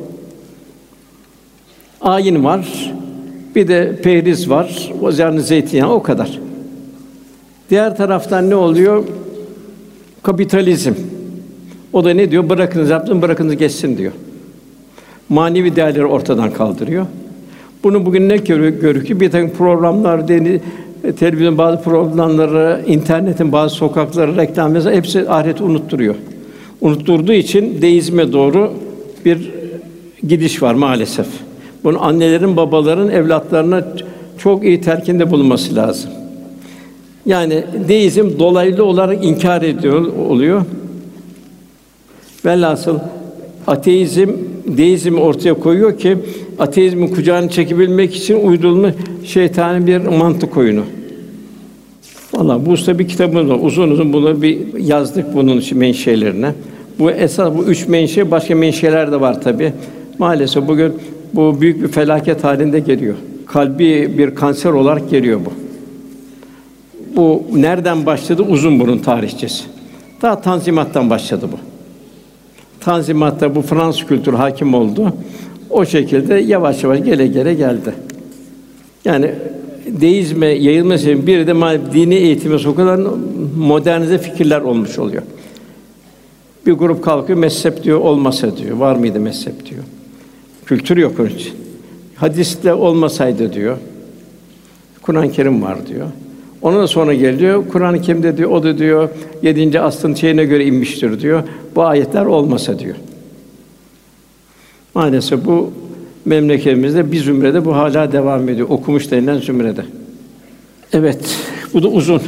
Ayin var, bir de pehriz var, o üzerine zeytinyağı, o kadar. Diğer taraftan ne oluyor? Kapitalizm. O da ne diyor? Bırakınız yaptın, bırakınız geçsin diyor. Manevi değerleri ortadan kaldırıyor. Bunu bugün ne görüyor ki? Bir takım programlar, televizyon bazı programları, internetin bazı sokakları, reklam vesaire hepsi ahireti unutturuyor. Unutturduğu için deizme doğru bir gidiş var maalesef. Bunun annelerin, babaların evlatlarına çok iyi telkinde bulunması lazım. Yani deizm dolaylı olarak inkar ediyor oluyor. Velhasıl ateizm, deizmi ortaya koyuyor ki ateizmin kucağını çekebilmek için uydurulmuş şeytani bir mantık oyunu. Vallahi bu usta bir kitabımız var. Uzun bunu bir yazdık bunun için menşelerine. Bu esas bu üç menşe, başka menşeler de var tabii. Maalesef bugün bu büyük bir felaket halinde geliyor. Kalbi bir kanser olarak geliyor bu. Bu nereden başladı? Uzun bunun tarihçesi. Daha Tanzimat'tan başladı bu. Tanzimat'ta bu Fransız kültürü hakim oldu. O şekilde yavaş yavaş gele geldi. Yani deizme yayılma sebebi bir de dini eğitime sokulan modernize fikirler olmuş oluyor. Bir grup kalkıyor, mezhep diyor, olmasa diyor. Var mıydı mezhep diyor. Kültür yok onun için. Hadiste olmasaydı diyor. Kur'an-ı Kerim var diyor. Ondan sonra geliyor, Kur'an-ı Kerim'de diyor, o da diyor 7. asrın şeyine göre inmiştir diyor. Bu ayetler olmasa diyor. Maalesef bu memleketimizde bir zümrede bu hala devam ediyor. Okumuş denilen zümrede. Evet, bu da uzun.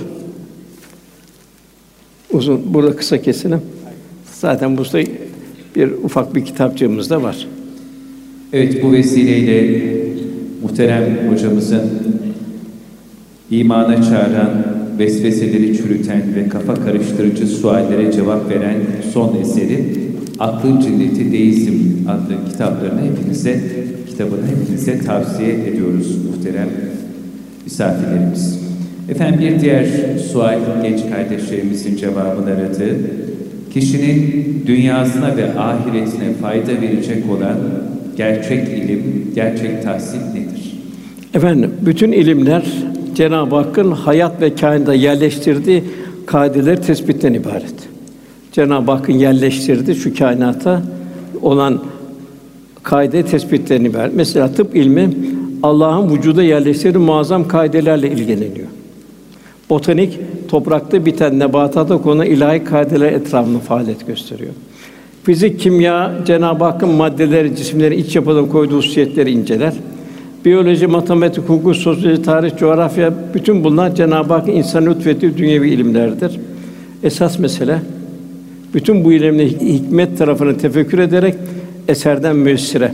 Uzun. Burada kısa keselim. Zaten bu da bir ufak bir kitapçığımız da var. Evet, bu vesileyle muhterem hocamızın imana çağıran, vesveseleri çürüten ve kafa karıştırıcı suallere cevap veren son eseri Aklın Cilleti Deizm adlı kitabını hepinize tavsiye ediyoruz muhterem misafirlerimiz. Efendim bir diğer sual genç kardeşlerimizin cevabını aradı. Kişinin dünyasına ve ahiretine fayda verecek olan gerçek ilim, gerçek tahsil nedir? Efendim, bütün ilimler Cenab-ı Hakk'ın hayat ve kainatta yerleştirdiği kaideler tespitten ibaret. Cenab-ı Hakk'ın yerleştirdiği şu kainata olan kaide tespitten ibaret. Mesela tıp ilmi Allah'ın vücuda yerleştirdiği muazzam kaidelerle ilgileniyor. Botanik toprakta biten nebatatta konulan ilahi kaideler etrafında faaliyet gösteriyor. Fizik, kimya Cenab-ı Hakk'ın maddeleri, cisimleri, iç yapıdan koyduğu hususiyetleri inceler. Biyoloji, matematik, hukuk, sosyoloji, tarih, coğrafya bütün bunlar Cenab-ı Hakk'ın insana lütfettiği dünyevi ilimlerdir. Esas mesele bütün bu ilimle hikmet tarafını tefekkür ederek eserden müessire,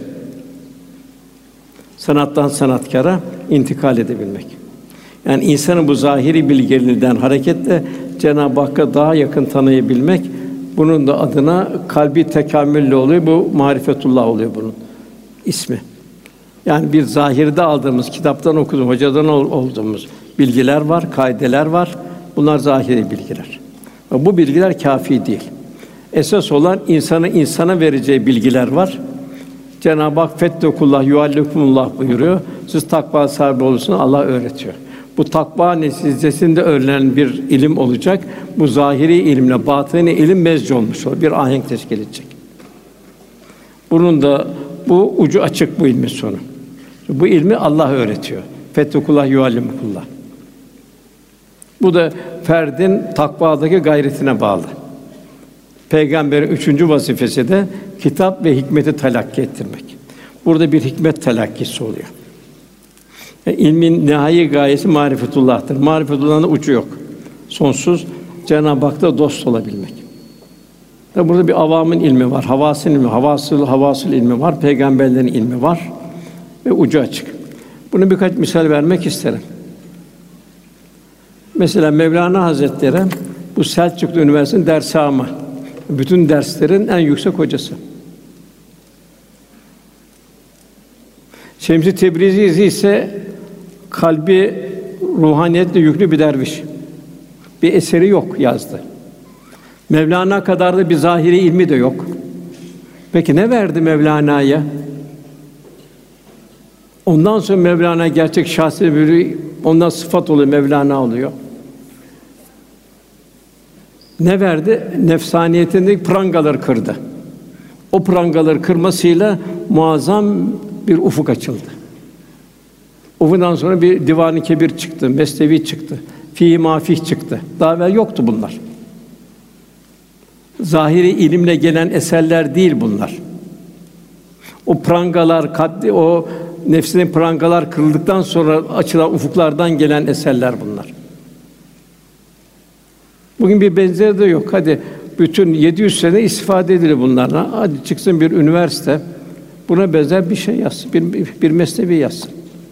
sanattan sanatkara intikal edebilmek. Yani insanın bu zahiri bilgilerinden hareketle Cenab-ı Hakk'a daha yakın tanıyabilmek, bunun da adına kalbi tekamüllü oluyor. Bu marifetullah oluyor bunun ismi. Yani bir zahirde aldığımız, kitaptan okuduğumuz, hocadan olduğumuz bilgiler var, kaideler var. Bunlar zahiri bilgiler. Ve bu bilgiler kâfî değil. Esas olan insana vereceği bilgiler var. Cenab-ı Hak fettekullah yuallikumullah buyuruyor. Siz takva sahibi olursunuz, Allah öğretiyor. Bu takva neticesinde öğrenilen bir ilim olacak. Bu zahiri ilimle batini ilim mezc olmuş olur. Bir ahenk teşkil edecek. Bunun da bu ucu açık bu ilmin sonu. Bu ilmi Allah öğretiyor. Fettekullah yuallimukullah. Bu da ferdin takvadaki gayretine bağlı. Peygamberin 3. vazifesi de kitap ve hikmeti telakki ettirmek. Burada bir hikmet telakkisi oluyor. İlmin nihai gayesi marifetullah'tır. Marifetullah'ın da ucu yok. Sonsuz Cenab-ı Hak'ta dost olabilmek. Tabi burada bir avamın ilmi var, havasın ilmi, havasıl ilmi var, peygamberlerin ilmi var ve ucu açık. Bunu birkaç misal vermek isterim. Mesela Mevlana Hazretleri bu Selçuklu Üniversitesi'nin dersamı, bütün derslerin en yüksek hocası. Şems-i Tebrizi ise kalbi ruhaniyetle yüklü bir derviş. Bir eseri yok yazdı. Mevlana kadar da bir zahiri ilmi de yok. Peki ne verdi Mevlana'ya? Ondan sonra Mevlana gerçek şahsi bir ondan sıfat oluyor, Mevlana oluyor. Ne verdi? Nefsaniyetindeki prangaları kırdı. O prangaları kırmasıyla muazzam bir ufuk açıldı. Ufuktan sonra bir Divan-ı Kebir çıktı, Mesnevi çıktı, Fî-i Mâfîh çıktı. Daha evvel yoktu bunlar. Zahiri ilimle gelen eserler değil bunlar. O prangalar, o nefsinin prangalar kırıldıktan sonra açılan ufuklardan gelen eserler bunlar. Bugün bir benzeri de yok. Hadi bütün 700 sene istifade edilir bunlardan. Hadi çıksın bir üniversite, buna benzer bir şey yazsın, bir mesnevi yazsın.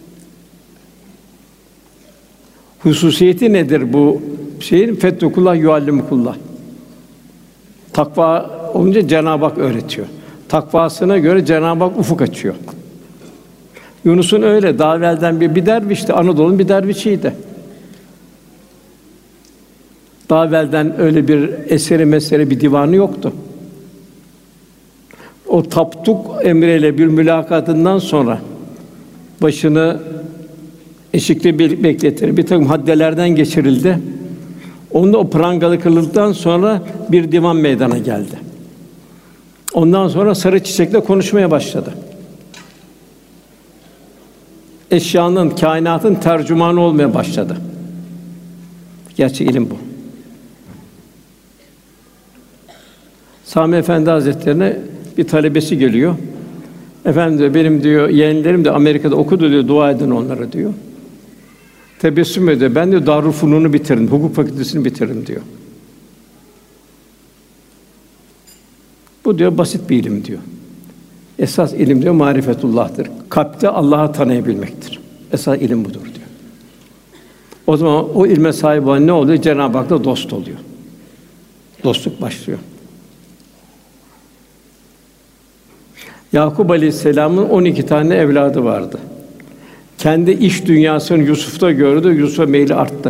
Hususiyeti nedir bu şeyin? Fettekullah yuallimukullah. Takva olunca Cenab-ı Hak öğretiyor. Takvasına göre Cenab-ı Hak ufuk açıyor. Yunus'un öyle daha evvelden bir dervişti, Anadolu'nun bir dervişiydi. Daha evvelden öyle bir eseri bir divanı yoktu. O Tapduk emriyle bir mülakatından sonra başını eşikte bekletir. Bir takım haddelerden geçirildi. Onda o prangalı kıldıktan sonra bir divan meydana geldi. Ondan sonra sarı çiçekle konuşmaya başladı. Eşyanın, kainatın tercümanı olmaya başladı. Gerçek ilim bu. Sami Efendi Hazretlerine bir talebesi geliyor. Efendim diyor, benim diyor yeğenlerim de Amerika'da okudu diyor, dua edin onlara diyor. Tebessüm ediyor. Ben diyor Darülfünun'u bitirdim, hukuk fakültesini bitirdim diyor. Bu diyor basit bir ilim diyor. Esas ilim diyor marifetullah'tır. Kalpte Allah'ı tanıyabilmektir. Esas ilim budur diyor. O zaman o ilme sahip olan ne oluyor? Cenab-ı Hak'la dost oluyor. Dostluk başlıyor. Yakup Aleyhisselam'ın 12 tane evladı vardı. Kendi iç dünyasını Yusuf'ta gördü, Yusuf'a meyli arttı.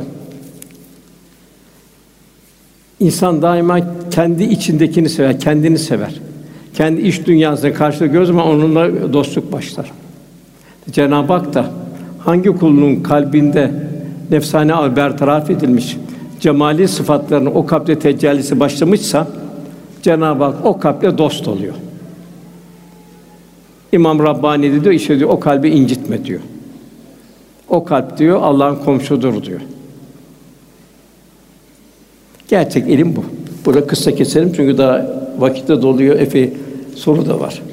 İnsan daima kendi içindekini sever, kendini sever. Kendi iç dünyasına karşı gördüğü zaman onunla dostluk başlar. Cenab-ı Hak da hangi kulunun kalbinde nefsane bertaraf edilmiş cemali sıfatlarının o kalpte tecellisi başlamışsa Cenab-ı Hak o kalple dost oluyor. İmam Rabbani diyor, işte diyor o kalbi incitme diyor. O kalp diyor Allah'ın komşudur diyor. Gerçek ilim bu. Burada kısa keselim çünkü daha vakit de doluyor. Epey soru da var.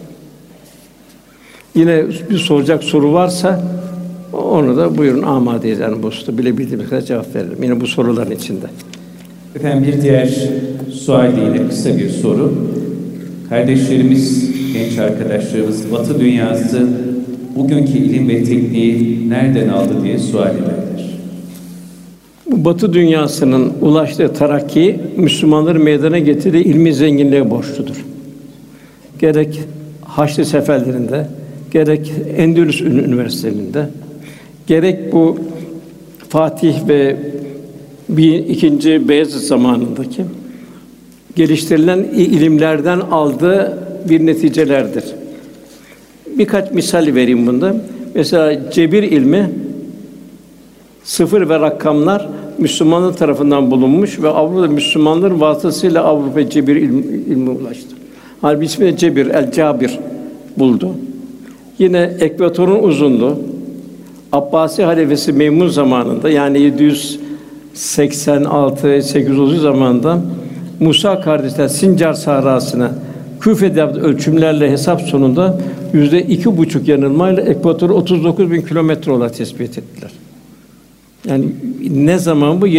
Yine bir soracak soru varsa onu da buyurun amadeyiz yani bu hususta bilebildiğimiz kadar cevap veririm. Yine bu soruların içinde. Efendim bir diğer sual değil, kısa bir soru. Kardeşlerimiz, genç arkadaşlarımız Batı dünyası bugünkü ilim ve tekniği nereden aldı diye sual ederler. Bu Batı dünyasının ulaştığı terakki Müslümanları meydana getirdiği ilmi zenginliğe borçludur. Gerek Haçlı seferlerinde, gerek Endülüs üniversitelerinde, gerek bu Fatih ve II. Beyazıt zamanındaki geliştirilen ilimlerden aldığı bir neticelerdir. Birkaç misal vereyim bunda. Mesela cebir ilmi, sıfır ve rakamlar Müslümanlar tarafından bulunmuş ve Avrupa'da Müslümanların vasıtasıyla Avrupa cebir ilmi ulaştı. Halbuki ismini Cebir, el-Cabir buldu. Yine ekvatorun uzunluğu Abbasi halifesi Memun zamanında yani 786-830 zamanında Musa kardeşler Sincar Sahrası'na Küfe'de yaptığı ölçümlerle hesap sonunda %2,5 yanılmayla ekvatoru 39.000 kilometre olarak tespit ettiler. Yani ne zaman bu?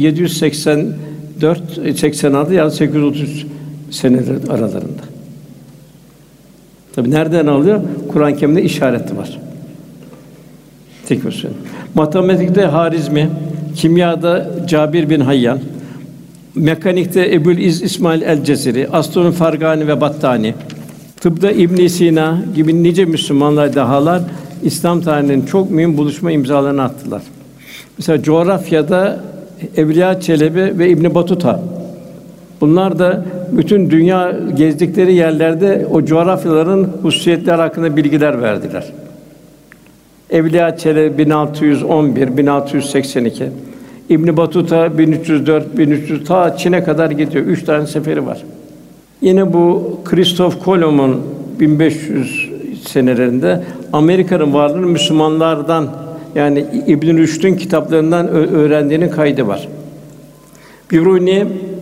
784-86 ya da 830 seneler aralarında. Tabii nereden alıyor? Kur'an-ı Kerim'de işareti var. Tek o söyleyeyim. Matematikte Harizmi, kimyada Cabir bin Hayyan, mekanikte Ebu'l-İzz İsmail el-Cezeri, astronomi Fargani ve Battani, tıpta İbn Sina gibi nice Müslümanlar dahalar İslam tarihinin çok mühim buluşma imzalarını attılar. Mesela coğrafyada Evliya Çelebi ve İbn Batuta. Bunlar da bütün dünya gezdikleri yerlerde o coğrafyaların hususiyetleri hakkında bilgiler verdiler. Evliya Çelebi 1611-1682, İbn Batuta 1304-1300 ta Çin'e kadar gidiyor. 3 tane seferi var. Yine bu Christoph Kolomb'un 1500 senelerinde Amerika'nın varlığını Müslümanlardan yani İbn Rüşd'ün kitaplarından öğrendiğinin kaydı var. Biruni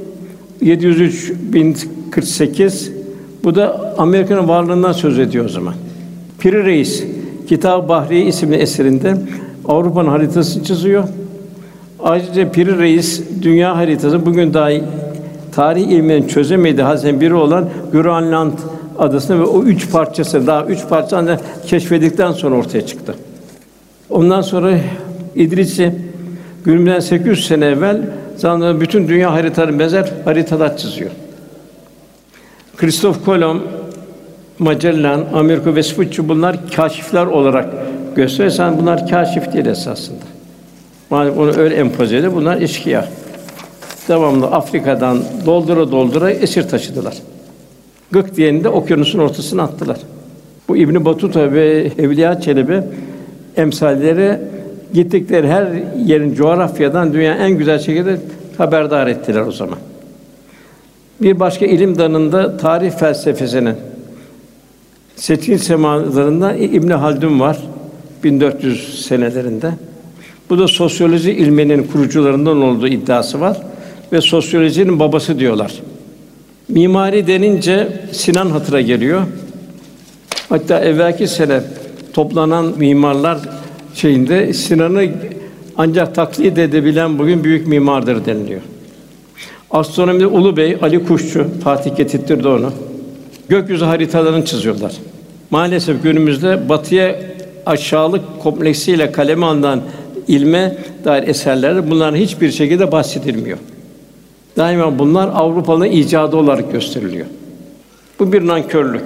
703-1048 bu da Amerika'nın varlığından söz ediyor o zaman. Piri Reis Kitab-ı Bahriye isimli eserinde Avrupa'nın haritasını çiziyor. Ayrıca Piri Reis dünya haritası bugün dahi tarih ilminin çözemediği hadiseden biri olan Grönland adasını ve o 3 parçası daha 3 parçasını keşfedildikten sonra ortaya çıktı. Ondan sonra İdrisi günümüzden 800 sene evvel zaten bütün dünya haritalarına benzer haritalar çiziyor. Christoph Kolomb, Magellan, Amerigo Vespucci bunlar kâşifler olarak gösterirsen bunlar kâşif değil esasında. Madem onu öyle empoze ediyor, bunlar eşkıya. devamlı Afrika'dan doldura doldura esir taşıdılar. Gık diyeni de okyanusun ortasına attılar. Bu İbn Battuta ve Evliya Çelebi emsalleri gittikleri her yerin coğrafyadan dünya en güzel şekilde haberdar ettiler o zaman. Bir başka ilim dalında tarih felsefesinin seçkin semalarında İbn Haldun var 1400 senelerinde. Bu da sosyoloji ilminin kurucularından olduğu iddiası var ve sosyolojinin babası diyorlar. Mimari denince Sinan hatıra geliyor. Hatta evvelki sene toplanan mimarlar şeyinde Sinan'ı ancak taklit edebilen bugün büyük mimardır deniliyor. Astronomide Ulu Bey, Ali Kuşçu, Fatih getirtirdi onu. Gökyüzü haritalarını çiziyorlar. Maalesef günümüzde batıya aşağılık kompleksiyle kaleme alınan ilme dair eserlerde bunların hiçbir şekilde bahsedilmiyor. Daima bunlar Avrupalı'nın icadı olarak gösteriliyor. Bu bir nankörlük.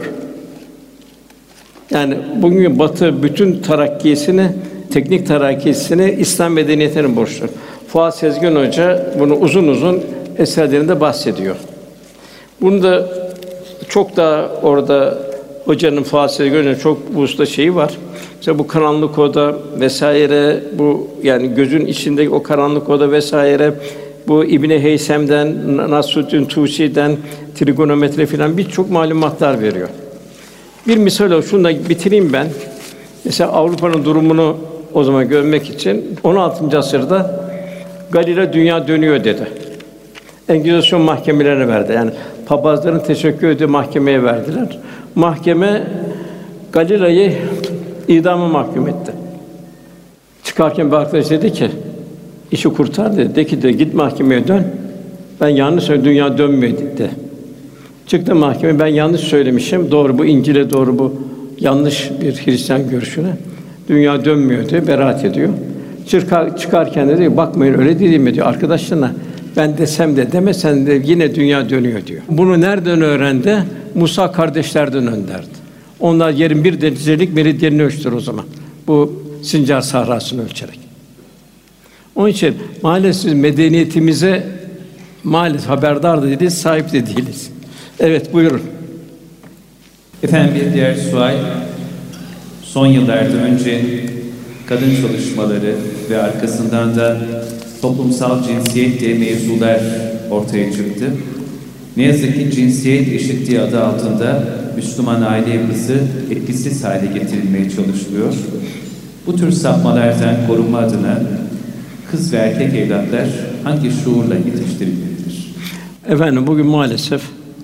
Yani bugün Batı bütün terakkisini, teknik terakkisini İslam medeniyetine borçlu. Fuat Sezgin Hoca bunu uzun uzun eserlerinde bahsediyor. Bunu da çok daha orada hocanın Fuat Sezgin Hoca'nın çok bu usta şeyi var. İşte bu karanlık oda vesaire, bu yani gözün içindeki o karanlık oda vesaire, bu İbn Heysem'den, Nasrüddin Tusi'den trigonometri filan birçok malumatlar veriyor. Bir misal olarak şunu da bitireyim ben. Mesela Avrupa'nın durumunu o zaman görmek için 16. asırda Galileo dünya dönüyor dedi. Engizisyon mahkemelerine verdi. Yani papazların teşekkür ettiği mahkemeye verdiler. Mahkeme Galileo'yu idama mahkum etti. Çıkarken bir arkadaş dedi ki, işi kurtar dedi. De ki git mahkemeye dön. Ben yanlış söyledim, dünya dönmüyor dedi. Çıktı mahkeme, ben yanlış söylemişim. Doğru bu İncil'e doğru bu yanlış bir Hristiyan görüşüne. Dünya dönmüyor diyor, beraat ediyor. Çıkarken de diyor, bakmayın öyle değil mi diyor arkadaşlarına. Ben desem de demesen de yine dünya dönüyor diyor. Bunu nereden öğrendi? Musa kardeşlerden öğrendi. Onlar yerin bir derecelik meridyenini ölçtüler o zaman. Bu Sincar Sahrası'nı ölçerek. Onun için maalesef medeniyetimize maalesef haberdar da değiliz, sahip de değiliz. Evet, buyurun. Efendim bir diğer sual, son yıllarda önce kadın çalışmaları ve arkasından da toplumsal cinsiyet diye mevzular ortaya çıktı. Ne yazık ki cinsiyet eşitliği adı altında Müslüman aile yapısı etkisiz hale getirilmeye çalışılıyor. Bu tür sapmalardan korunma adına kız ve erkek evlatlar hangi şuurla yetiştirilmelidir? Efendim bugün maalesef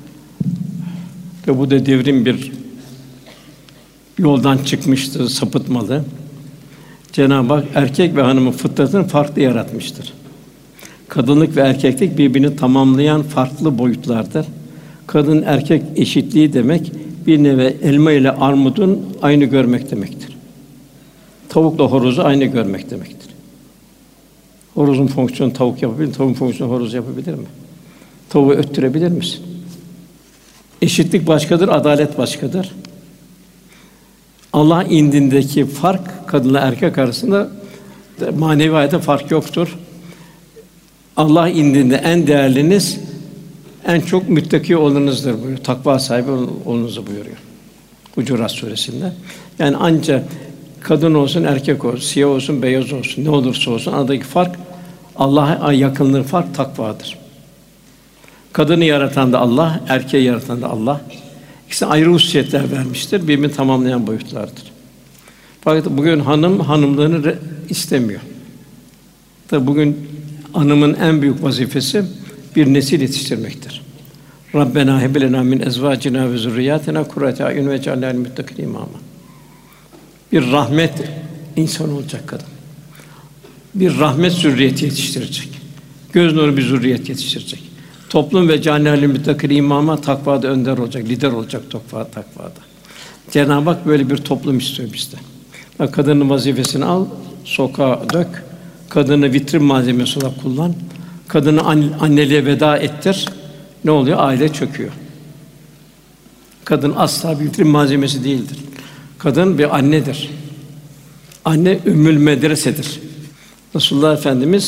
ve bu da devrim bir yoldan çıkmıştır, sapıtmalı. Cenab-ı Hak erkek ve hanımın fıtratını farklı yaratmıştır. Kadınlık ve erkeklik birbirini tamamlayan farklı boyutlardır. Kadın erkek eşitliği demek bir nevi elma ile armudun aynı görmek demektir. Tavukla horozu aynı görmek demektir. Horozun fonksiyonu tavuk yapabilir mi? Tavuğun fonksiyonu horoz yapabilir mi? Tavuğu öttürebilir misin? Eşitlik başkadır, adalet başkadır. Allah indindeki fark kadınla erkek arasında manevi hayatta fark yoktur. Allah indinde en değerliniz en çok müttaki olanınızdır buyuruyor. Takva sahibi olunuzu buyuruyor. Hucurat suresinde. Yani ancak kadın olsun, erkek olsun, siyah olsun, beyaz olsun, ne olursa olsun aradaki fark Allah'a yakınlığı fark takvadır. Kadını yaratan da Allah, erkeği yaratan da Allah. İkisi ayrı hususiyetler vermiştir, birbirini tamamlayan boyutlardır. Fakat bugün hanım hanımlığını istemiyor. Tabi bugün hanımın en büyük vazifesi bir nesil yetiştirmektir. Rabbena heb lena min ezvacina ve zurriyatina kurrate a'yun vec'alna lil muttaqin imama. Bir rahmet insan olacak kadın. Bir rahmet zürriyeti yetiştirecek. Göz nuru bir zürriyet yetiştirecek. Toplum ve cennetül muttaqin imama takvada önder olacak, lider olacak takvada. Cenab-ı Hak böyle bir toplum istiyor bizden. Bak kadının vazifesini al, sokağa dök. Kadını vitrin malzemesi olarak kullan. Kadını anneliğe veda ettir. Ne oluyor? Aile çöküyor. Kadın asla bir vitrin malzemesi değildir. Kadın bir annedir. Anne ümmül medresedir. Resulullah Efendimiz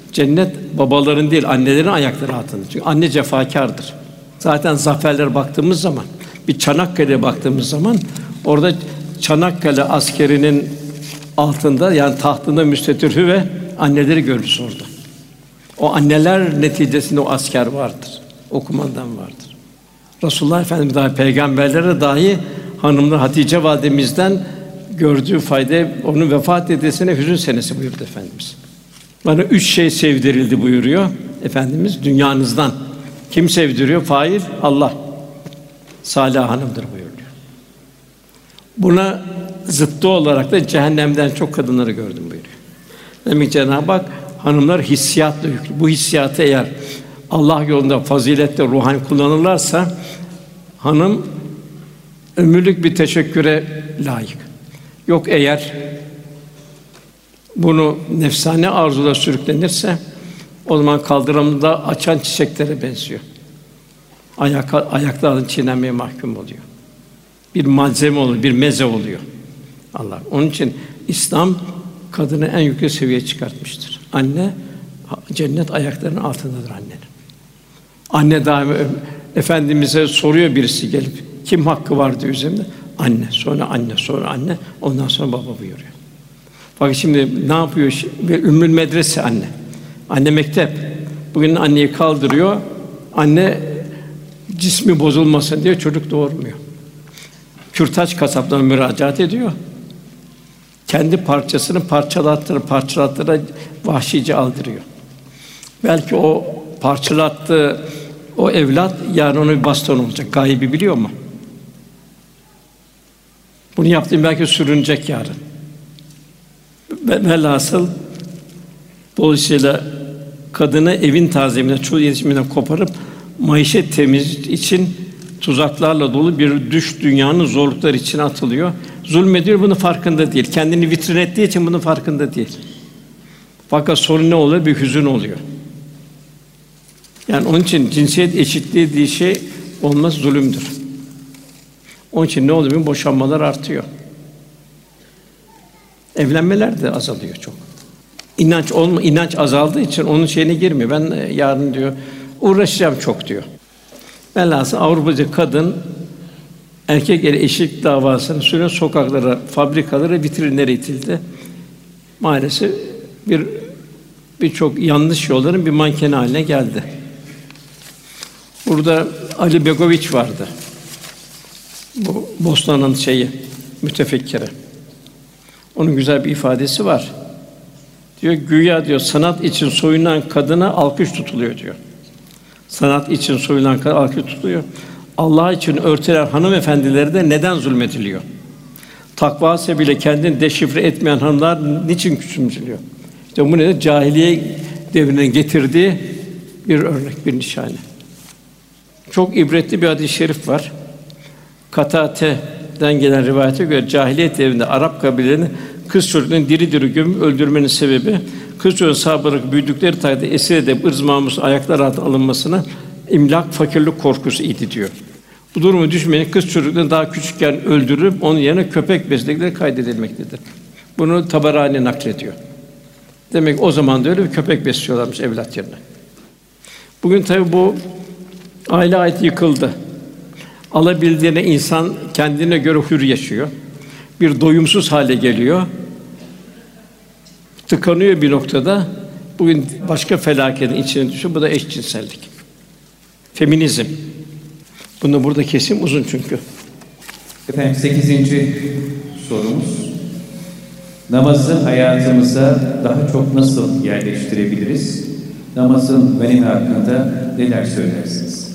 Cennet babaların değil, annelerin ayakları altında. Çünkü anne cefakârdır. Zaten zaferlere baktığımız zaman, bir Çanakkale'ye baktığımız zaman orada Çanakkale askerinin altında, yani tahtında müstetirhü ve anneleri görürüz orada. O anneler neticesinde o asker vardır. O kumandan vardır. Resulullah Efendimiz dahi peygamberlere dahi hanımlar Hatice validemizden gördüğü fayda, onun vefat edilmesine hüzün senesi buyurdu Efendimiz. Bana 3 şey sevdirildi buyuruyor Efendimiz dünyanızdan. Kim sevdiriyor? Fail Allah. Salih hanımdır buyuruyor. Buna zıttı olarak da cehennemden çok kadınları gördüm buyuruyor. Demek ki Cenab-ı Hak hanımlar hissiyatla yüklü. Bu hissiyatı eğer Allah yolunda faziletle ruhani kullanırlarsa hanım ömürlük bir teşekküre layık. Yok eğer bunu nefsane arzular sürüklenirse o zaman kaldıramda açan çiçeklere benziyor. Ayaklarının çiğnenmeye mahkum oluyor. Bir malzeme oluyor, bir meze oluyor. Allah. Onun için İslam kadını en yüksek seviyeye çıkartmıştır. Anne cennet ayaklarının altındadır annenin. Anne daima Efendimiz'e soruyor birisi gelip kim hakkı vardı üzerimde? Anne, sonra anne, sonra anne, ondan sonra baba buyuruyor. Bak şimdi ne yapıyor? Ümmül medrese anne. Anne mektep. Bugün anneyi kaldırıyor. Anne cismi bozulmasın diye çocuk doğurmuyor. Kürtaç kasaplarına müracaat ediyor. Kendi parçasını parçalattıra vahşice aldırıyor. Belki o parçalattığı o evlat yarın ona bir baston olacak. Gaybi biliyor mu? Bunu yaptığım belki sürünecek yarın. Velhasıl dolayısıyla kadını evin taziminden, çocuğu yetişiminden koparıp maişet temizliği için tuzaklarla dolu bir düş dünyanın zorlukları içine atılıyor. Zulmediyor, bunun farkında değil. Kendini vitrin ettiği için bunun farkında değil. Fakat sorun ne oluyor? Bir hüzün oluyor. Yani onun için cinsiyet eşitliği diye şey olmaz, zulümdür. Onun için ne oluyor? Boşanmalar artıyor. Evlenmeler de azalıyor çok. İnanç azaldığı için onun şeyine girmiyor. Ben yarın diyor uğraşacağım çok diyor. Velhasıl Avrupa'da kadın erkek ile eşitlik davasını süren sokaklara, fabrikalara, vitrinlere itildi. Maalesef birçok yanlış yolların bir mankeni haline geldi. Burada Ali Begoviç vardı. Bu Bosna'nın mütefekkiri. Onun güzel bir ifadesi var. Diyor güya diyor sanat için soyunan kadına alkış tutuluyor diyor. Sanat için soyunan kadına alkış tutuluyor. Allah için örtülen hanımefendilere de neden zulmediliyor? Takva sebebiyle kendini deşifre etmeyen hanımlar niçin küçümsülüyor? İşte bu nedir? Cahiliye devrinin getirdiği bir örnek, bir nişane. Çok ibretli bir hadis-i şerif var. Katate'den gelen rivayete göre cahiliyet devrinde Arap kabilelerinin kız çocuklarını diri diri gömüp öldürmenin sebebi kız çocuğun sağ bırakıp büyüdükleri takdirde esir edip ırz namusu ayaklar altına alınmasına imlak, fakirlik korkusu idi diyor. Bu durumu düşmeyen kız çocuklarını daha küçükken öldürüp onun yerine köpek besledikleri kaydedilmektedir. Bunu Taberani naklediyor. Demek o zaman da öyle bir köpek besliyorlarmış evlat yerine. Bugün tabii bu aile hayatı yıkıldı. Alabildiğine insan kendine göre hür yaşıyor. Bir doyumsuz hale geliyor. Tıkanıyor bir noktada. Bugün başka felaketin içine düşüyor. Bu da eşcinsellik. Feminizm. Bunu burada keseyim, uzun çünkü. Efendim 8. sorumuz. Namazı hayatımıza daha çok nasıl yerleştirebiliriz? Namazın önemi hakkında neler söylersiniz?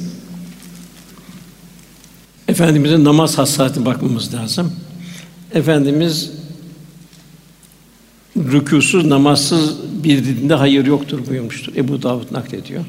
Efendimizin namaz hassasiyetine bakmamız lazım. Efendimiz rükûsuz, namazsız bir dinde hayır yoktur buyurmuştur. Ebu Davud naklediyor.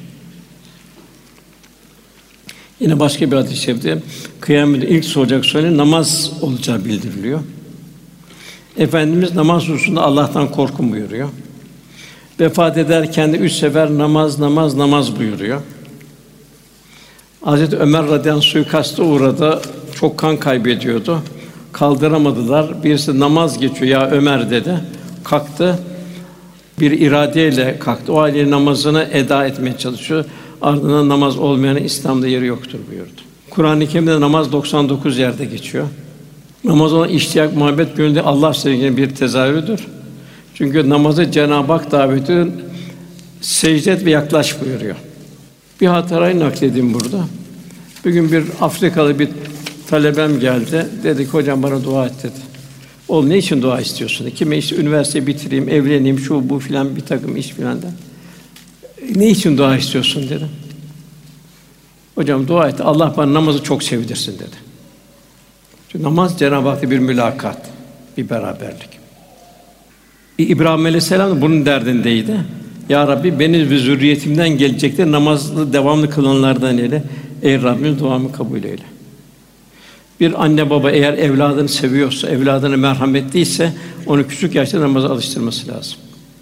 Yine başka bir hadis-i şerifte kıyamette ilk soracak soru namaz olacağı bildiriliyor. Efendimiz namaz hususunda Allah'tan korkun buyuruyor. Vefat ederken de 3 sefer namaz buyuruyor. Hazreti Ömer radıyallahu anh suikasta uğradı. Çok kan kaybediyordu. Kaldıramadılar. Birisi namaz geçiyor ya Ömer dedi. Kalktı. bir iradeyle kalktı. O ailenin namazını eda etmeye çalışıyor. Ardından namaz olmayanın İslam'da yeri yoktur buyurdu. Kur'an-ı Kerim'de namaz 99 yerde geçiyor. Namaz olan iştiyak, muhabbet, gönülde Allah sevgisinin bir tezahürüdür. Çünkü namazı Cenab-ı Hak davet ediyor, secde et ve yaklaş buyuruyor. Bir hatırayı nakledeyim burada. Bir gün bir Afrikalı bir talebem geldi. Dedi ki, hocam bana dua et dedi. Oğlum ne için dua istiyorsun? Kime işte üniversite bitireyim, evleneyim, şu bu filan bir takım iş filan da. Ne için dua istiyorsun dedim. Hocam dua et. Allah bana namazı çok sevdirsin dedi. Çünkü namaz Cenab-ı Hak'ta bir mülakat, bir beraberlik. İbrahim Aleyhisselam bunun derdindeydi. Ya Rabbi beni ve zürriyetimden gelecekte namazlı devamlı kılanlardan eyle. Ey Rabbim duamı kabul eyle. Bir anne baba eğer evladını seviyorsa, evladına merhametliyse onu küçük yaşta namaza alıştırması lazım.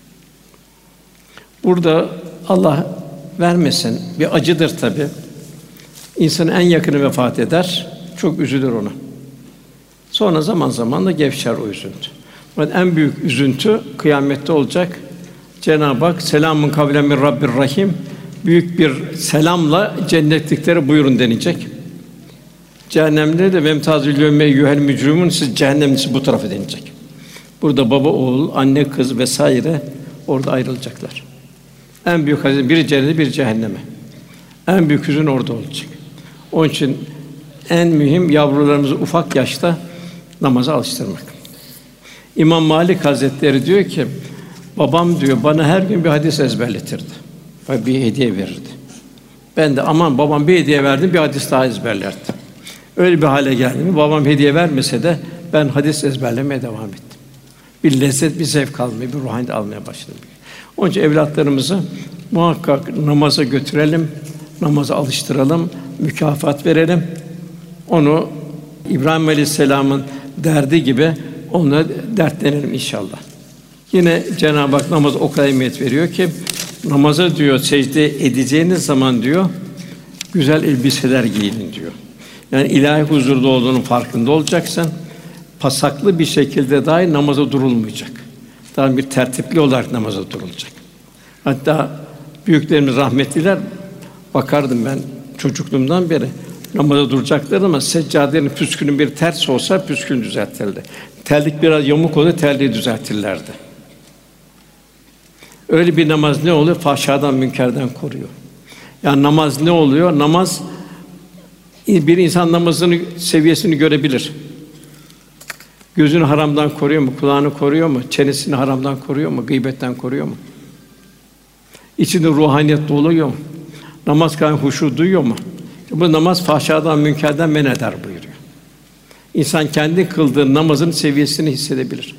Burada Allah vermesin bir acıdır tabii. İnsanın en yakını vefat eder, çok üzülür ona. Sonra zaman zaman da gevşer o üzüntü. Fakat en büyük üzüntü kıyamette olacak. Cenab-ı Hak selamun kavlen min Rabbir Rahim, büyük bir selamla cennetliklere buyurun denilecek. Cehennemde de vemtazül yevme eyyuhel mücrimun, siz cehennemlisi bu tarafa denilecek. Burada baba oğul, anne kız vesaire orada ayrılacaklar. En büyük hazine biri cennete, biri cehenneme. En büyük hüzün orada olacak. Onun için en mühim yavrularımızı ufak yaşta namaza alıştırmak. İmam Malik Hazretleri diyor ki, babam diyor bana her gün bir hadis ezberletirdi. Bir hediye verirdi. Ben de aman babam bir hediye verdi, bir hadis daha ezberlerdi. Öyle bir hale geldim. Babam hediye vermese de ben hadis ezberlemeye devam ettim. Bir lezzet, bir zevk almaya, bir ruhaniyet almaya başladım. Onun için evlatlarımızı muhakkak namaza götürelim, namaza alıştıralım, mükafat verelim. Onu İbrahim Aleyhisselam'ın derdi gibi onunla dertlenelim inşallah. Yine Cenab-ı Hak namaz o kadar emniyet veriyor ki namaza diyor secde edeceğiniz zaman diyor güzel elbiseler giyinin diyor. Yani ilahi huzurda olduğunun farkında olacaksın. Pasaklı bir şekilde dahi namaza durulmayacak. Daha bir tertipli olarak namaza durulacak. Hatta büyüklerimiz rahmetliler bakardım ben çocukluğumdan beri namaza duracaklar ama seccadenin püskünün bir ters olsa püskünü düzeltirlerdi. Terlik biraz yamuk olsa terliği düzeltirlerdi. Öyle bir namaz ne oluyor? Fahşadan, münkerden koruyor. Yani namaz ne oluyor? Namaz bir insan namazının seviyesini görebilir. Gözünü haramdan koruyor mu? Kulağını koruyor mu? Çenesini haramdan koruyor mu? Gıybetten koruyor mu? İçinde ruhaniyet doluyor mu? Namaz kılan huşu duyuyor mu? Bu namaz fahşadan, münkerden men eder buyuruyor. İnsan kendi kıldığı namazın seviyesini hissedebilir.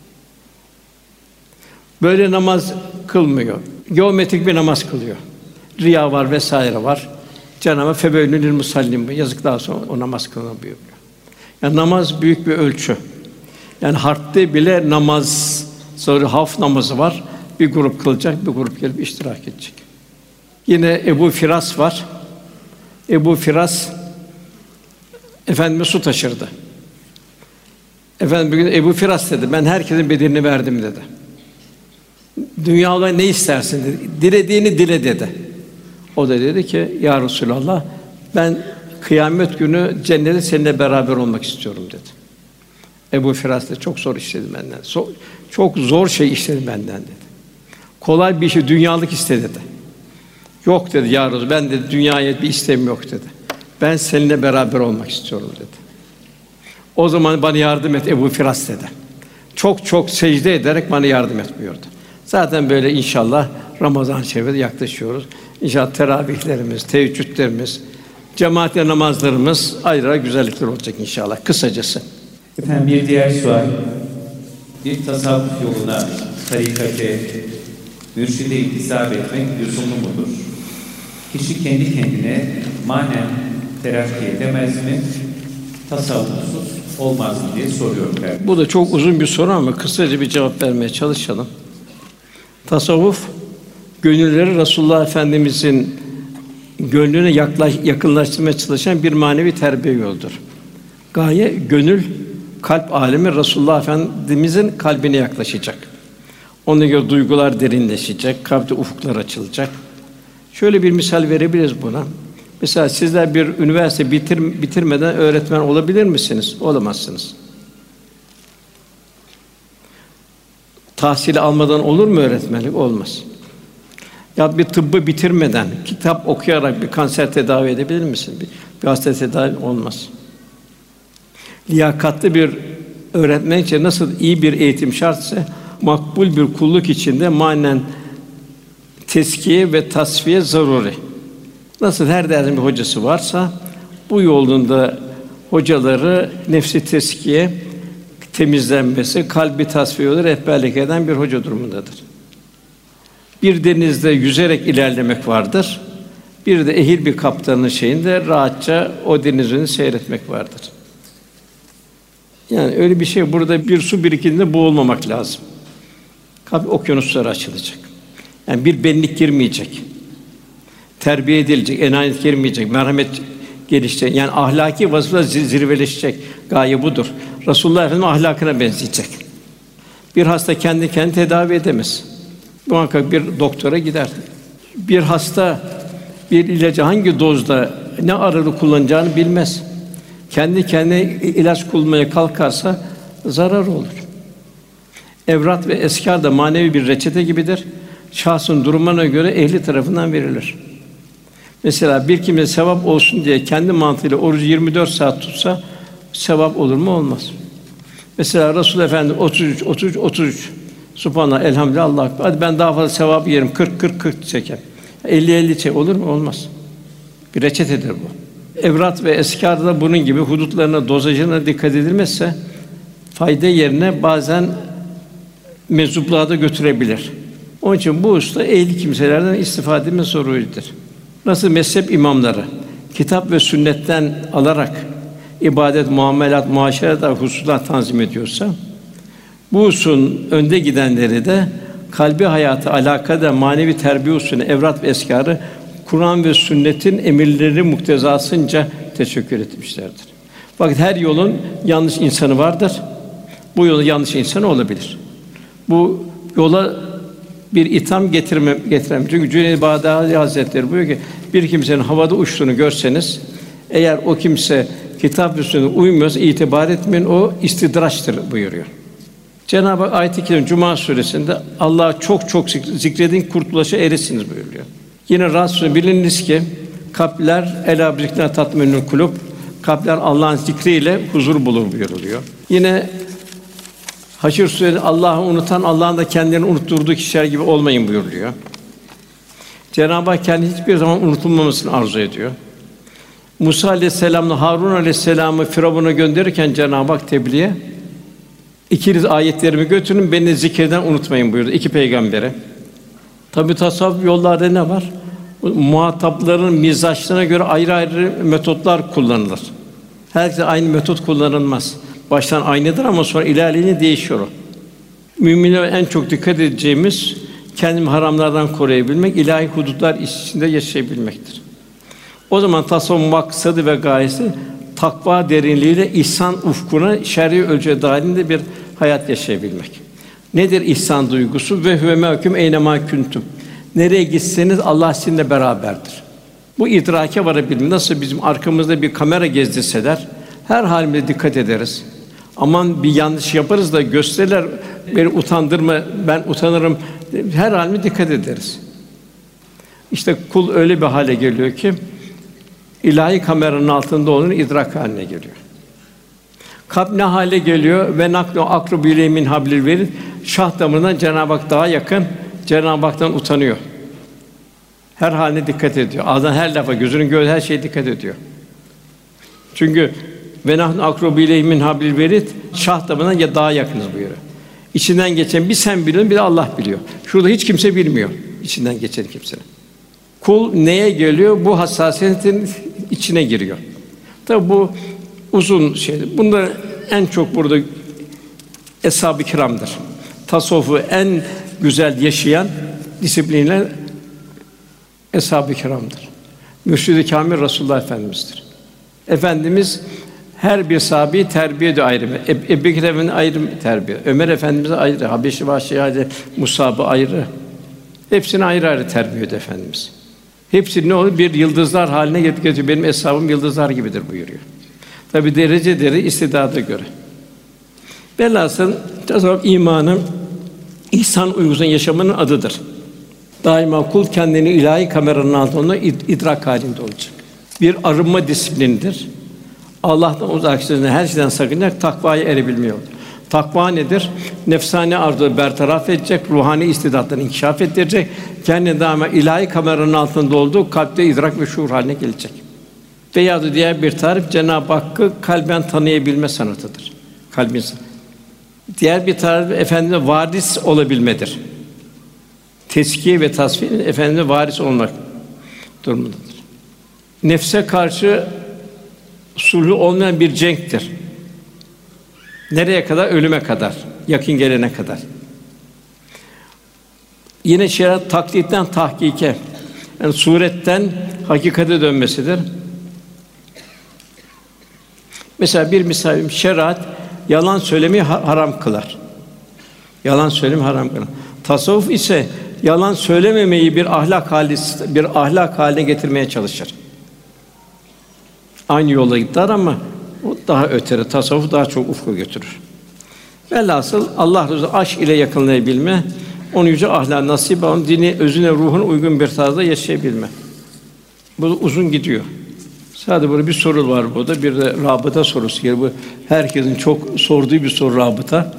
Böyle namaz kılmıyor. Geometrik bir namaz kılıyor. Riya var vesaire var. Cenab-ı Hak febeylül lil musallin, yazıklar olsun o namaz kılan buyuruyor. Yani namaz büyük bir ölçü. Yani harpte bile namaz, sonra haf namazı var. Bir grup kılacak, bir grup gelip iştirak edecek. Yine Ebu Firas var. Ebu Firas Efendimiz su taşırdı. Efendim bir gün Ebu Firas dedi, ben herkesin bedelini verdim dedi. Dünyada ne istersin dedi. Dilediğini dile dedi. O da dedi ki ya Resulallah ben kıyamet günü cennete seninle beraber olmak istiyorum dedi. Ebu Firas da çok zor işledi benden. Çok zor şey işledi benden dedi. Kolay bir şey dünyalık istedi dedi. Yok dedi ya Resulallah ben de dünyaya bir isteğim yok dedi. Ben seninle beraber olmak istiyorum dedi. O zaman bana yardım et Ebu Firas dedi. Çok secde ederek bana yardım et buyurdu. Zaten böyle inşallah Ramazan-ı Şerif'e yaklaşıyoruz. İnşallah teravihlerimiz, teheccüdlerimiz, cemaatle namazlarımız ayrı güzellikler olacak inşallah. Kısacası. Efendim bir diğer sual. Bir tasavvuf yoluna, tarikate, mürşide intisap etmek lüzumlu mudur? Kişi kendi kendine manen terakki edemez mi? Tasavvufsuz olmaz mı diye soruyorum ben. Bu da çok uzun bir soru ama kısaca bir cevap vermeye çalışalım. Tasavvuf, gönülleri Resulullah Efendimizin gönlüne yakınlaştırmaya çalışan bir manevi terbiye yoludur. Gaye gönül, kalp alemi Resulullah Efendimizin kalbine yaklaşacak. Ona göre duygular derinleşecek, kalpte ufuklar açılacak. Şöyle bir misal verebiliriz buna. Mesela sizler bir üniversite bitirmeden öğretmen olabilir misiniz? Olamazsınız. Tahsili almadan olur mu öğretmenlik? Olmaz. Ya bir tıbbı bitirmeden kitap okuyarak bir kanser tedavi edebilir misin? Bir hasta tedavi olmaz. Liyakatlı bir öğretmen için nasıl iyi bir eğitim şartsa, makbul bir kulluk içinde manen teskiye ve tasfiye zaruri. Nasıl her dersin bir hocası varsa, bu yolunda hocaları nefsi teskiye, temizlenmesi, kalbi tasfiye olur, rehberlik eden bir hoca durumundadır. Bir denizde yüzerek ilerlemek vardır. Bir de ehil bir kaptanın şeyinde rahatça o denizini seyretmek vardır. Yani öyle bir şey, burada bir su birikiminde boğulmamak lazım. Kalp okyanuslara açılacak. Yani bir benlik girmeyecek. Terbiye edilecek, enayet girmeyecek, merhamet gelişecek. Yani ahlaki vasıflar zirveleşecek. Gaye budur. Resulullah Efendimiz ahlakına benzeyecek. Bir hasta kendi kendini tedavi edemez. Muhakkak bir doktora gider. Bir hasta bir ilacı hangi dozda, ne aralık kullanacağını bilmez. Kendi kendine ilaç kullanmaya kalkarsa zarar olur. Evrat ve eskâr da manevi bir reçete gibidir. Şahsın durumuna göre ehli tarafından verilir. Mesela bir kimse sevap olsun diye kendi mantığıyla orucu 24 saat tutsa sevap olur mu? Olmaz. Mesela Resul Efendimiz 33 Subhanallah, elhamdülillah, Allahu ekber. Hadi ben daha fazla sevap yerim. 40 çeker. 50 çek olur mu? Olmaz. Bir reçetedir bu. Evrat ve eskârda bunun gibi hudutlarına, dozajına dikkat edilmezse fayda yerine bazen meczupluğa da götürebilir. Onun için bu hususta ehli kimselerden istifade etme zorunludur. Nasıl mezhep imamları kitap ve sünnetten alarak ibadet, muamelat, muaşeret hususlar tanzim ediyorsa, bu hususun önde gidenleri de kalbi hayatı alakada manevi terbiye usulüne, evrat ve eskârı Kur'an ve sünnetin emirleri muktezasınca teşekkür etmişlerdir. Fakat her yolun yanlış insanı vardır. Bu yolun yanlış insanı olabilir. Bu yola bir itham getirmem. Çünkü Cüneyd-i Bağdadi Hazretleri buyuruyor ki, bir kimsenin havada uçtuğunu görseniz, eğer o kimse kitap ve sünnete uymuyorsa itibar etmeyin, o istidraçtır buyuruyor. Cenab-ı Hak ayet-i kerime Cuma suresinde Allah'ı çok zikredin, kurtuluşa eresiniz buyuruyor. Yine Ra'd suresinde biliniz ki kalpler elâ bizikrillahi tatma'innul kulûb, kalpler Allah'ın zikriyle huzur bulur buyuruluyor. Yine Haşr suresinde Allah'ı unutan, Allah'ın da kendilerini unutturduğu kişiler gibi olmayın buyuruluyor. Cenab-ı Hak kendi hiçbir zaman unutulmamasını arzu ediyor. Musa aleyhisselam'la Harun aleyhisselam'ı Firavun'a gönderirken Cenab-ı Hak tebliğe, İkiniz ayetlerimi götürün, beni zikreden unutmayın buyurdu iki peygambere. Tabi tasavvuf yollarda ne var? Muhatapların mizaçlarına göre ayrı metotlar kullanılır. Herkese aynı metot kullanılmaz. Baştan aynıdır ama sonra ilerleyince değişiyor o. Müminlere en çok dikkat edeceğimiz, kendimi haramlardan koruyabilmek, ilahi hudutlar içinde yaşayabilmektir. O zaman tasavvuf maksadı ve gayesi takva derinliğiyle ihsan ufkuna şer'i ölçü dahilinde bir hayat yaşayabilmek. Nedir ihsan duygusu? Ve huve mâküm eynemâ kuntum. Nereye gitseniz Allah sizinle beraberdir. Bu idrake varabilmek. Nasıl bizim arkamızda bir kamera gezdirseler her halimize dikkat ederiz. Aman bir yanlış yaparız da gösterirler, beni utandırma, ben utanırım. Her halime dikkat ederiz. İşte kul öyle bir hale geliyor ki ilahi kameranın altında olduğunu idrak haline geliyor. Kalp ne hale geliyor? Ve naklu akrubu ileyhi min hablil verid. Şah damarından Cenab-ı Hak daha yakın, Cenab-ı Hak'tan utanıyor. Her haline dikkat ediyor. Ağzından her lafa, gözünün gördüğü her şeye dikkat ediyor. Çünkü ve nahnu akrubu ileyhi min hablil verid. Şah damarından ya daha yakınız buyuruyor. İçinden geçen bir sen biliyorsun, bir de Allah biliyor. Şurada hiç kimse bilmiyor içinden geçen kimsenin. Kul neye geliyor? Bu hassasiyetin içine giriyor. Tabi bu uzun şey. Bunda en çok burada eshab-ı kiramdır. Tasavvufu en güzel yaşayan disiplinler eshab-ı kiramdır. Mürşid-i kâmil Resulullah Efendimiz'dir. Efendimiz Her bir sahabeyi terbiye ediyor ayrı. Ebu Bekir Efendimiz ayrı terbiye. Ömer Efendimiz ayrı. Habeşi Vahşi ayrı. Musab'ı ayrı. Hepsini ayrı ayrı terbiye ediyor Efendimiz. Hepsi ne olur? Bir yıldızlar haline getiriyor. Benim eshabım yıldızlar gibidir buyuruyor. Tabi dereceleri istidada göre. Velhasıl tasavvuf imanın ihsan uygusunun yaşamının adıdır. Daima kul kendini ilahi kameranın altında idrak halinde olacak. Bir arınma disiplinidir. Allah'tan uzaklaştığında her şeyden sakınacak, takvaya erebilmiyor. Takva nedir? Nefsani arzuları bertaraf edecek, ruhani istidatlarını inkişaf ettirecek, kendini daima ilahi kameranın altında olduğu kalpte idrak ve şuur haline gelecek. Veya da diğer bir tarif Cenab-ı Hakk'ı kalben tanıyabilme sanatıdır. Kalbin. Diğer bir tarif Efendimiz'e varis olabilmedir. Teskiye ve tasfiye Efendimiz'e varis olmak durumundadır. Nefse karşı sulhü olmayan bir cenktir. Nereye kadar? Ölüme kadar, yakın gelene kadar. Yine şeriat taklitten tahkike, yani suretten hakikate dönmesidir. Mesela bir misalim şeriat yalan söylemeyi haram kılar. Yalan söylemi haram kılar. Tasavvuf ise yalan söylememeyi bir ahlak haline getirmeye çalışır. Aynı yola gider ama o daha öteri, tasavvuf daha çok ufka götürür. Velhasıl Allah Resulü aşk ile yakınlayabilme, onun yüce ahlak nasip, onun dini özüne, ruhuna uygun bir tarzda yaşayabilme. Bu uzun gidiyor. Sadece burada bir soru var burada, bir de rabıta sorusu. Yani bu herkesin çok sorduğu bir soru rabıta.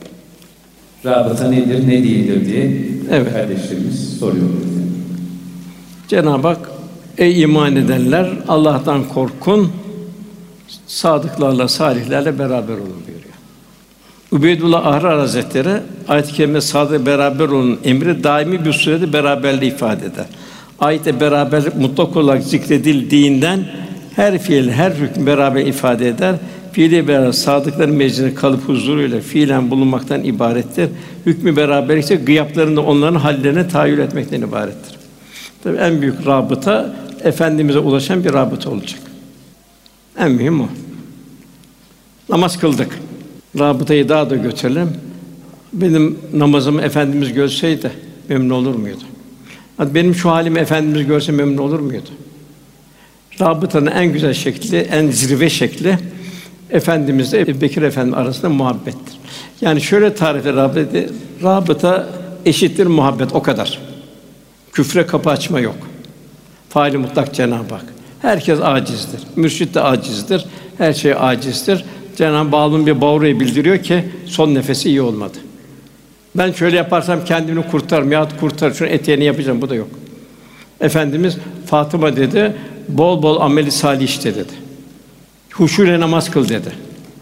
Rabıta nedir, ne değildir diye evet, kardeşlerimiz soruyor. Cenab-ı Hak, ey iman edenler, Allah'tan korkun, sadıklarla, salihlerle beraber olun buyuruyor. Ubeydullah Ahrar Hazretleri ayet-i kerime sadık beraber olun emri daimi bir surede beraberliği ifade eder. Ayette beraberlik mutlak olarak zikredildiğinden her fiil, her hüküm beraber ifade eder. Fiili beraber sadıkların meclisinde kalıp huzuruyla fiilen bulunmaktan ibarettir. Hükmü beraberlik ise gıyaplarında onların hallerine tahayyül etmekten ibarettir. Tabii en büyük rabıta Efendimiz'e ulaşan bir rabıta olacak. En mühim o. Namaz kıldık. Rabıtayı daha da götürelim. Benim namazımı Efendimiz görseydi memnun olur muydu? Benim şu halimi Efendimiz görse memnun olur muydu? Rabıtanın en güzel şekli, en zirve şekli Efendimizle Ebu Bekir Efendimiz arasında muhabbettir. Yani şöyle tarif eder rabıta eşittir muhabbet, o kadar. Küfre kapı açma yok. Faali mutlak Cenab-ı Hak. Herkes acizdir. Mürşid de acizdir. Her şey acizdir. Cenab-ı Hak bir Bağru'ya bildiriyor ki son nefesi iyi olmadı. Ben şöyle yaparsam kendimi kurtarırım yahut kurtarırım. Şunun eteğini yapacağım. Bu da yok. Efendimiz Fatıma dedi, bol bol ameli salih işte dedi. Huşuyla namaz kıl dedi.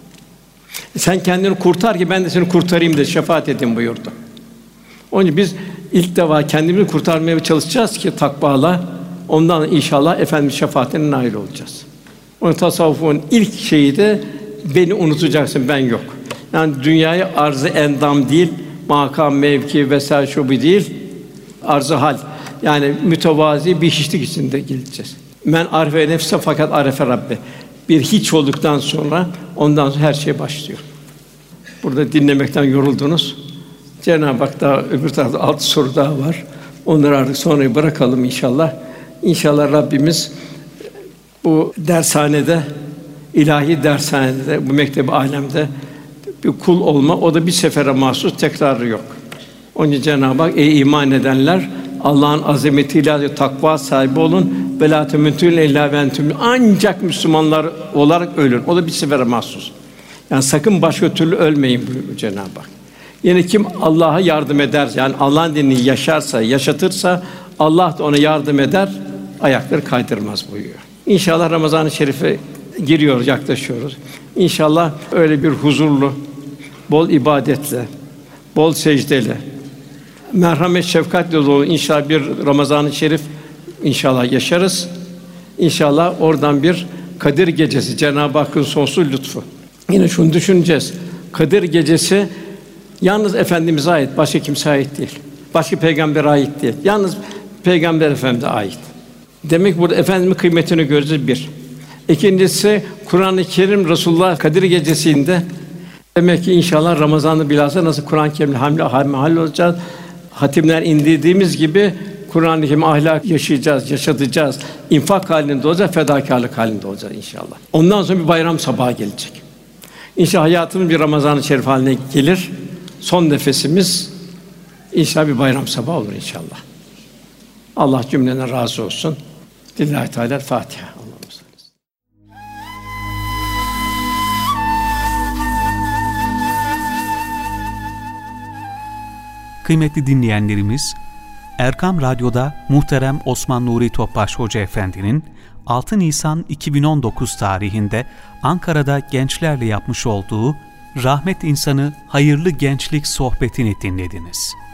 Sen kendini kurtar ki ben de seni kurtarayım dedi. Şefaat edeyim buyurdu. Onun için biz ilk defa kendimizi kurtarmaya çalışacağız ki takvayla. Ondan inşallah Efendimiz şefaatine nail olacağız. Onun tasavvufun ilk şeyi de beni unutacaksın, ben yok. Yani dünyayı arz-ı endam değil, makam, mevki vesaire şu bu değil, arz-ı hal. Yani mütevazi bir hiçlik içinde gideceğiz. Men arife nefse fakat arife Rabbe. Bir hiç olduktan sonra ondan sonra her şey başlıyor. Burada dinlemekten yoruldunuz. Cenab-ı Hak daha öbür tarafta 6 soru daha var. Onları artık sonra bırakalım inşallah. İnşallah Rabbimiz bu dershanede, ilahi dershanede, bu mektep-i âlemde bir kul olma, o da bir sefere mahsus, tekrarı yok. Onun için Cenab-ı Hak, ey iman edenler, Allah'ın azametiyle takva sahibi olun. Ve lâ temûtûne illâ ve entüm. Ancak Müslümanlar olarak ölün. O da bir sefere mahsus. Yani sakın başka türlü ölmeyin buyuruyor Cenab-ı Hak. Yine kim Allah'a yardım eder, yani Allah'ın dinini yaşarsa, yaşatırsa Allah da ona yardım eder, ayakları kaydırmaz buyuruyor. İnşallah Ramazan-ı Şerif'e giriyoruz, yaklaşıyoruz. İnşallah öyle bir huzurlu, bol ibadetle, bol secdeyle, merhamet, şefkatle dolu inşallah bir Ramazan-ı Şerif inşallah yaşarız. İnşallah oradan bir Kadir Gecesi, Cenab-ı Hakk'ın sonsuz lütfu. Yine şunu düşüneceğiz. Kadir Gecesi yalnız Efendimiz'e ait, başka kimseye ait değil. Başka peygambere ait değil. Yalnız Peygamber Efendimiz'e ait. Demek burada Efendimiz'in kıymetini göreceğiz bir. İkincisi Kur'an-ı Kerim Resulullah Kadir Gecesi'nde demek ki inşallah Ramazan'da bilhassa nasıl Kur'an-ı Kerim'le hamle olacağız. Hatimler indirdiğimiz gibi Kur'an-ı Kerim ahlak yaşayacağız, yaşatacağız. İnfak halinde olacağız, fedakârlık halinde olacağız inşallah. Ondan sonra bir bayram sabahı gelecek. İnşallah hayatımız bir Ramazan-ı Şerif haline gelir. Son nefesimiz inşallah bir bayram sabahı olur inşallah. Allah cümlene razı olsun. Lillahi Teala Fatiha. Kıymetli dinleyenlerimiz, Erkam Radyo'da muhterem Osman Nuri Topbaş Hoca Efendi'nin 6 Nisan 2019 tarihinde Ankara'da gençlerle yapmış olduğu Rahmet İnsanı Hayırlı Gençlik sohbetini dinlediniz.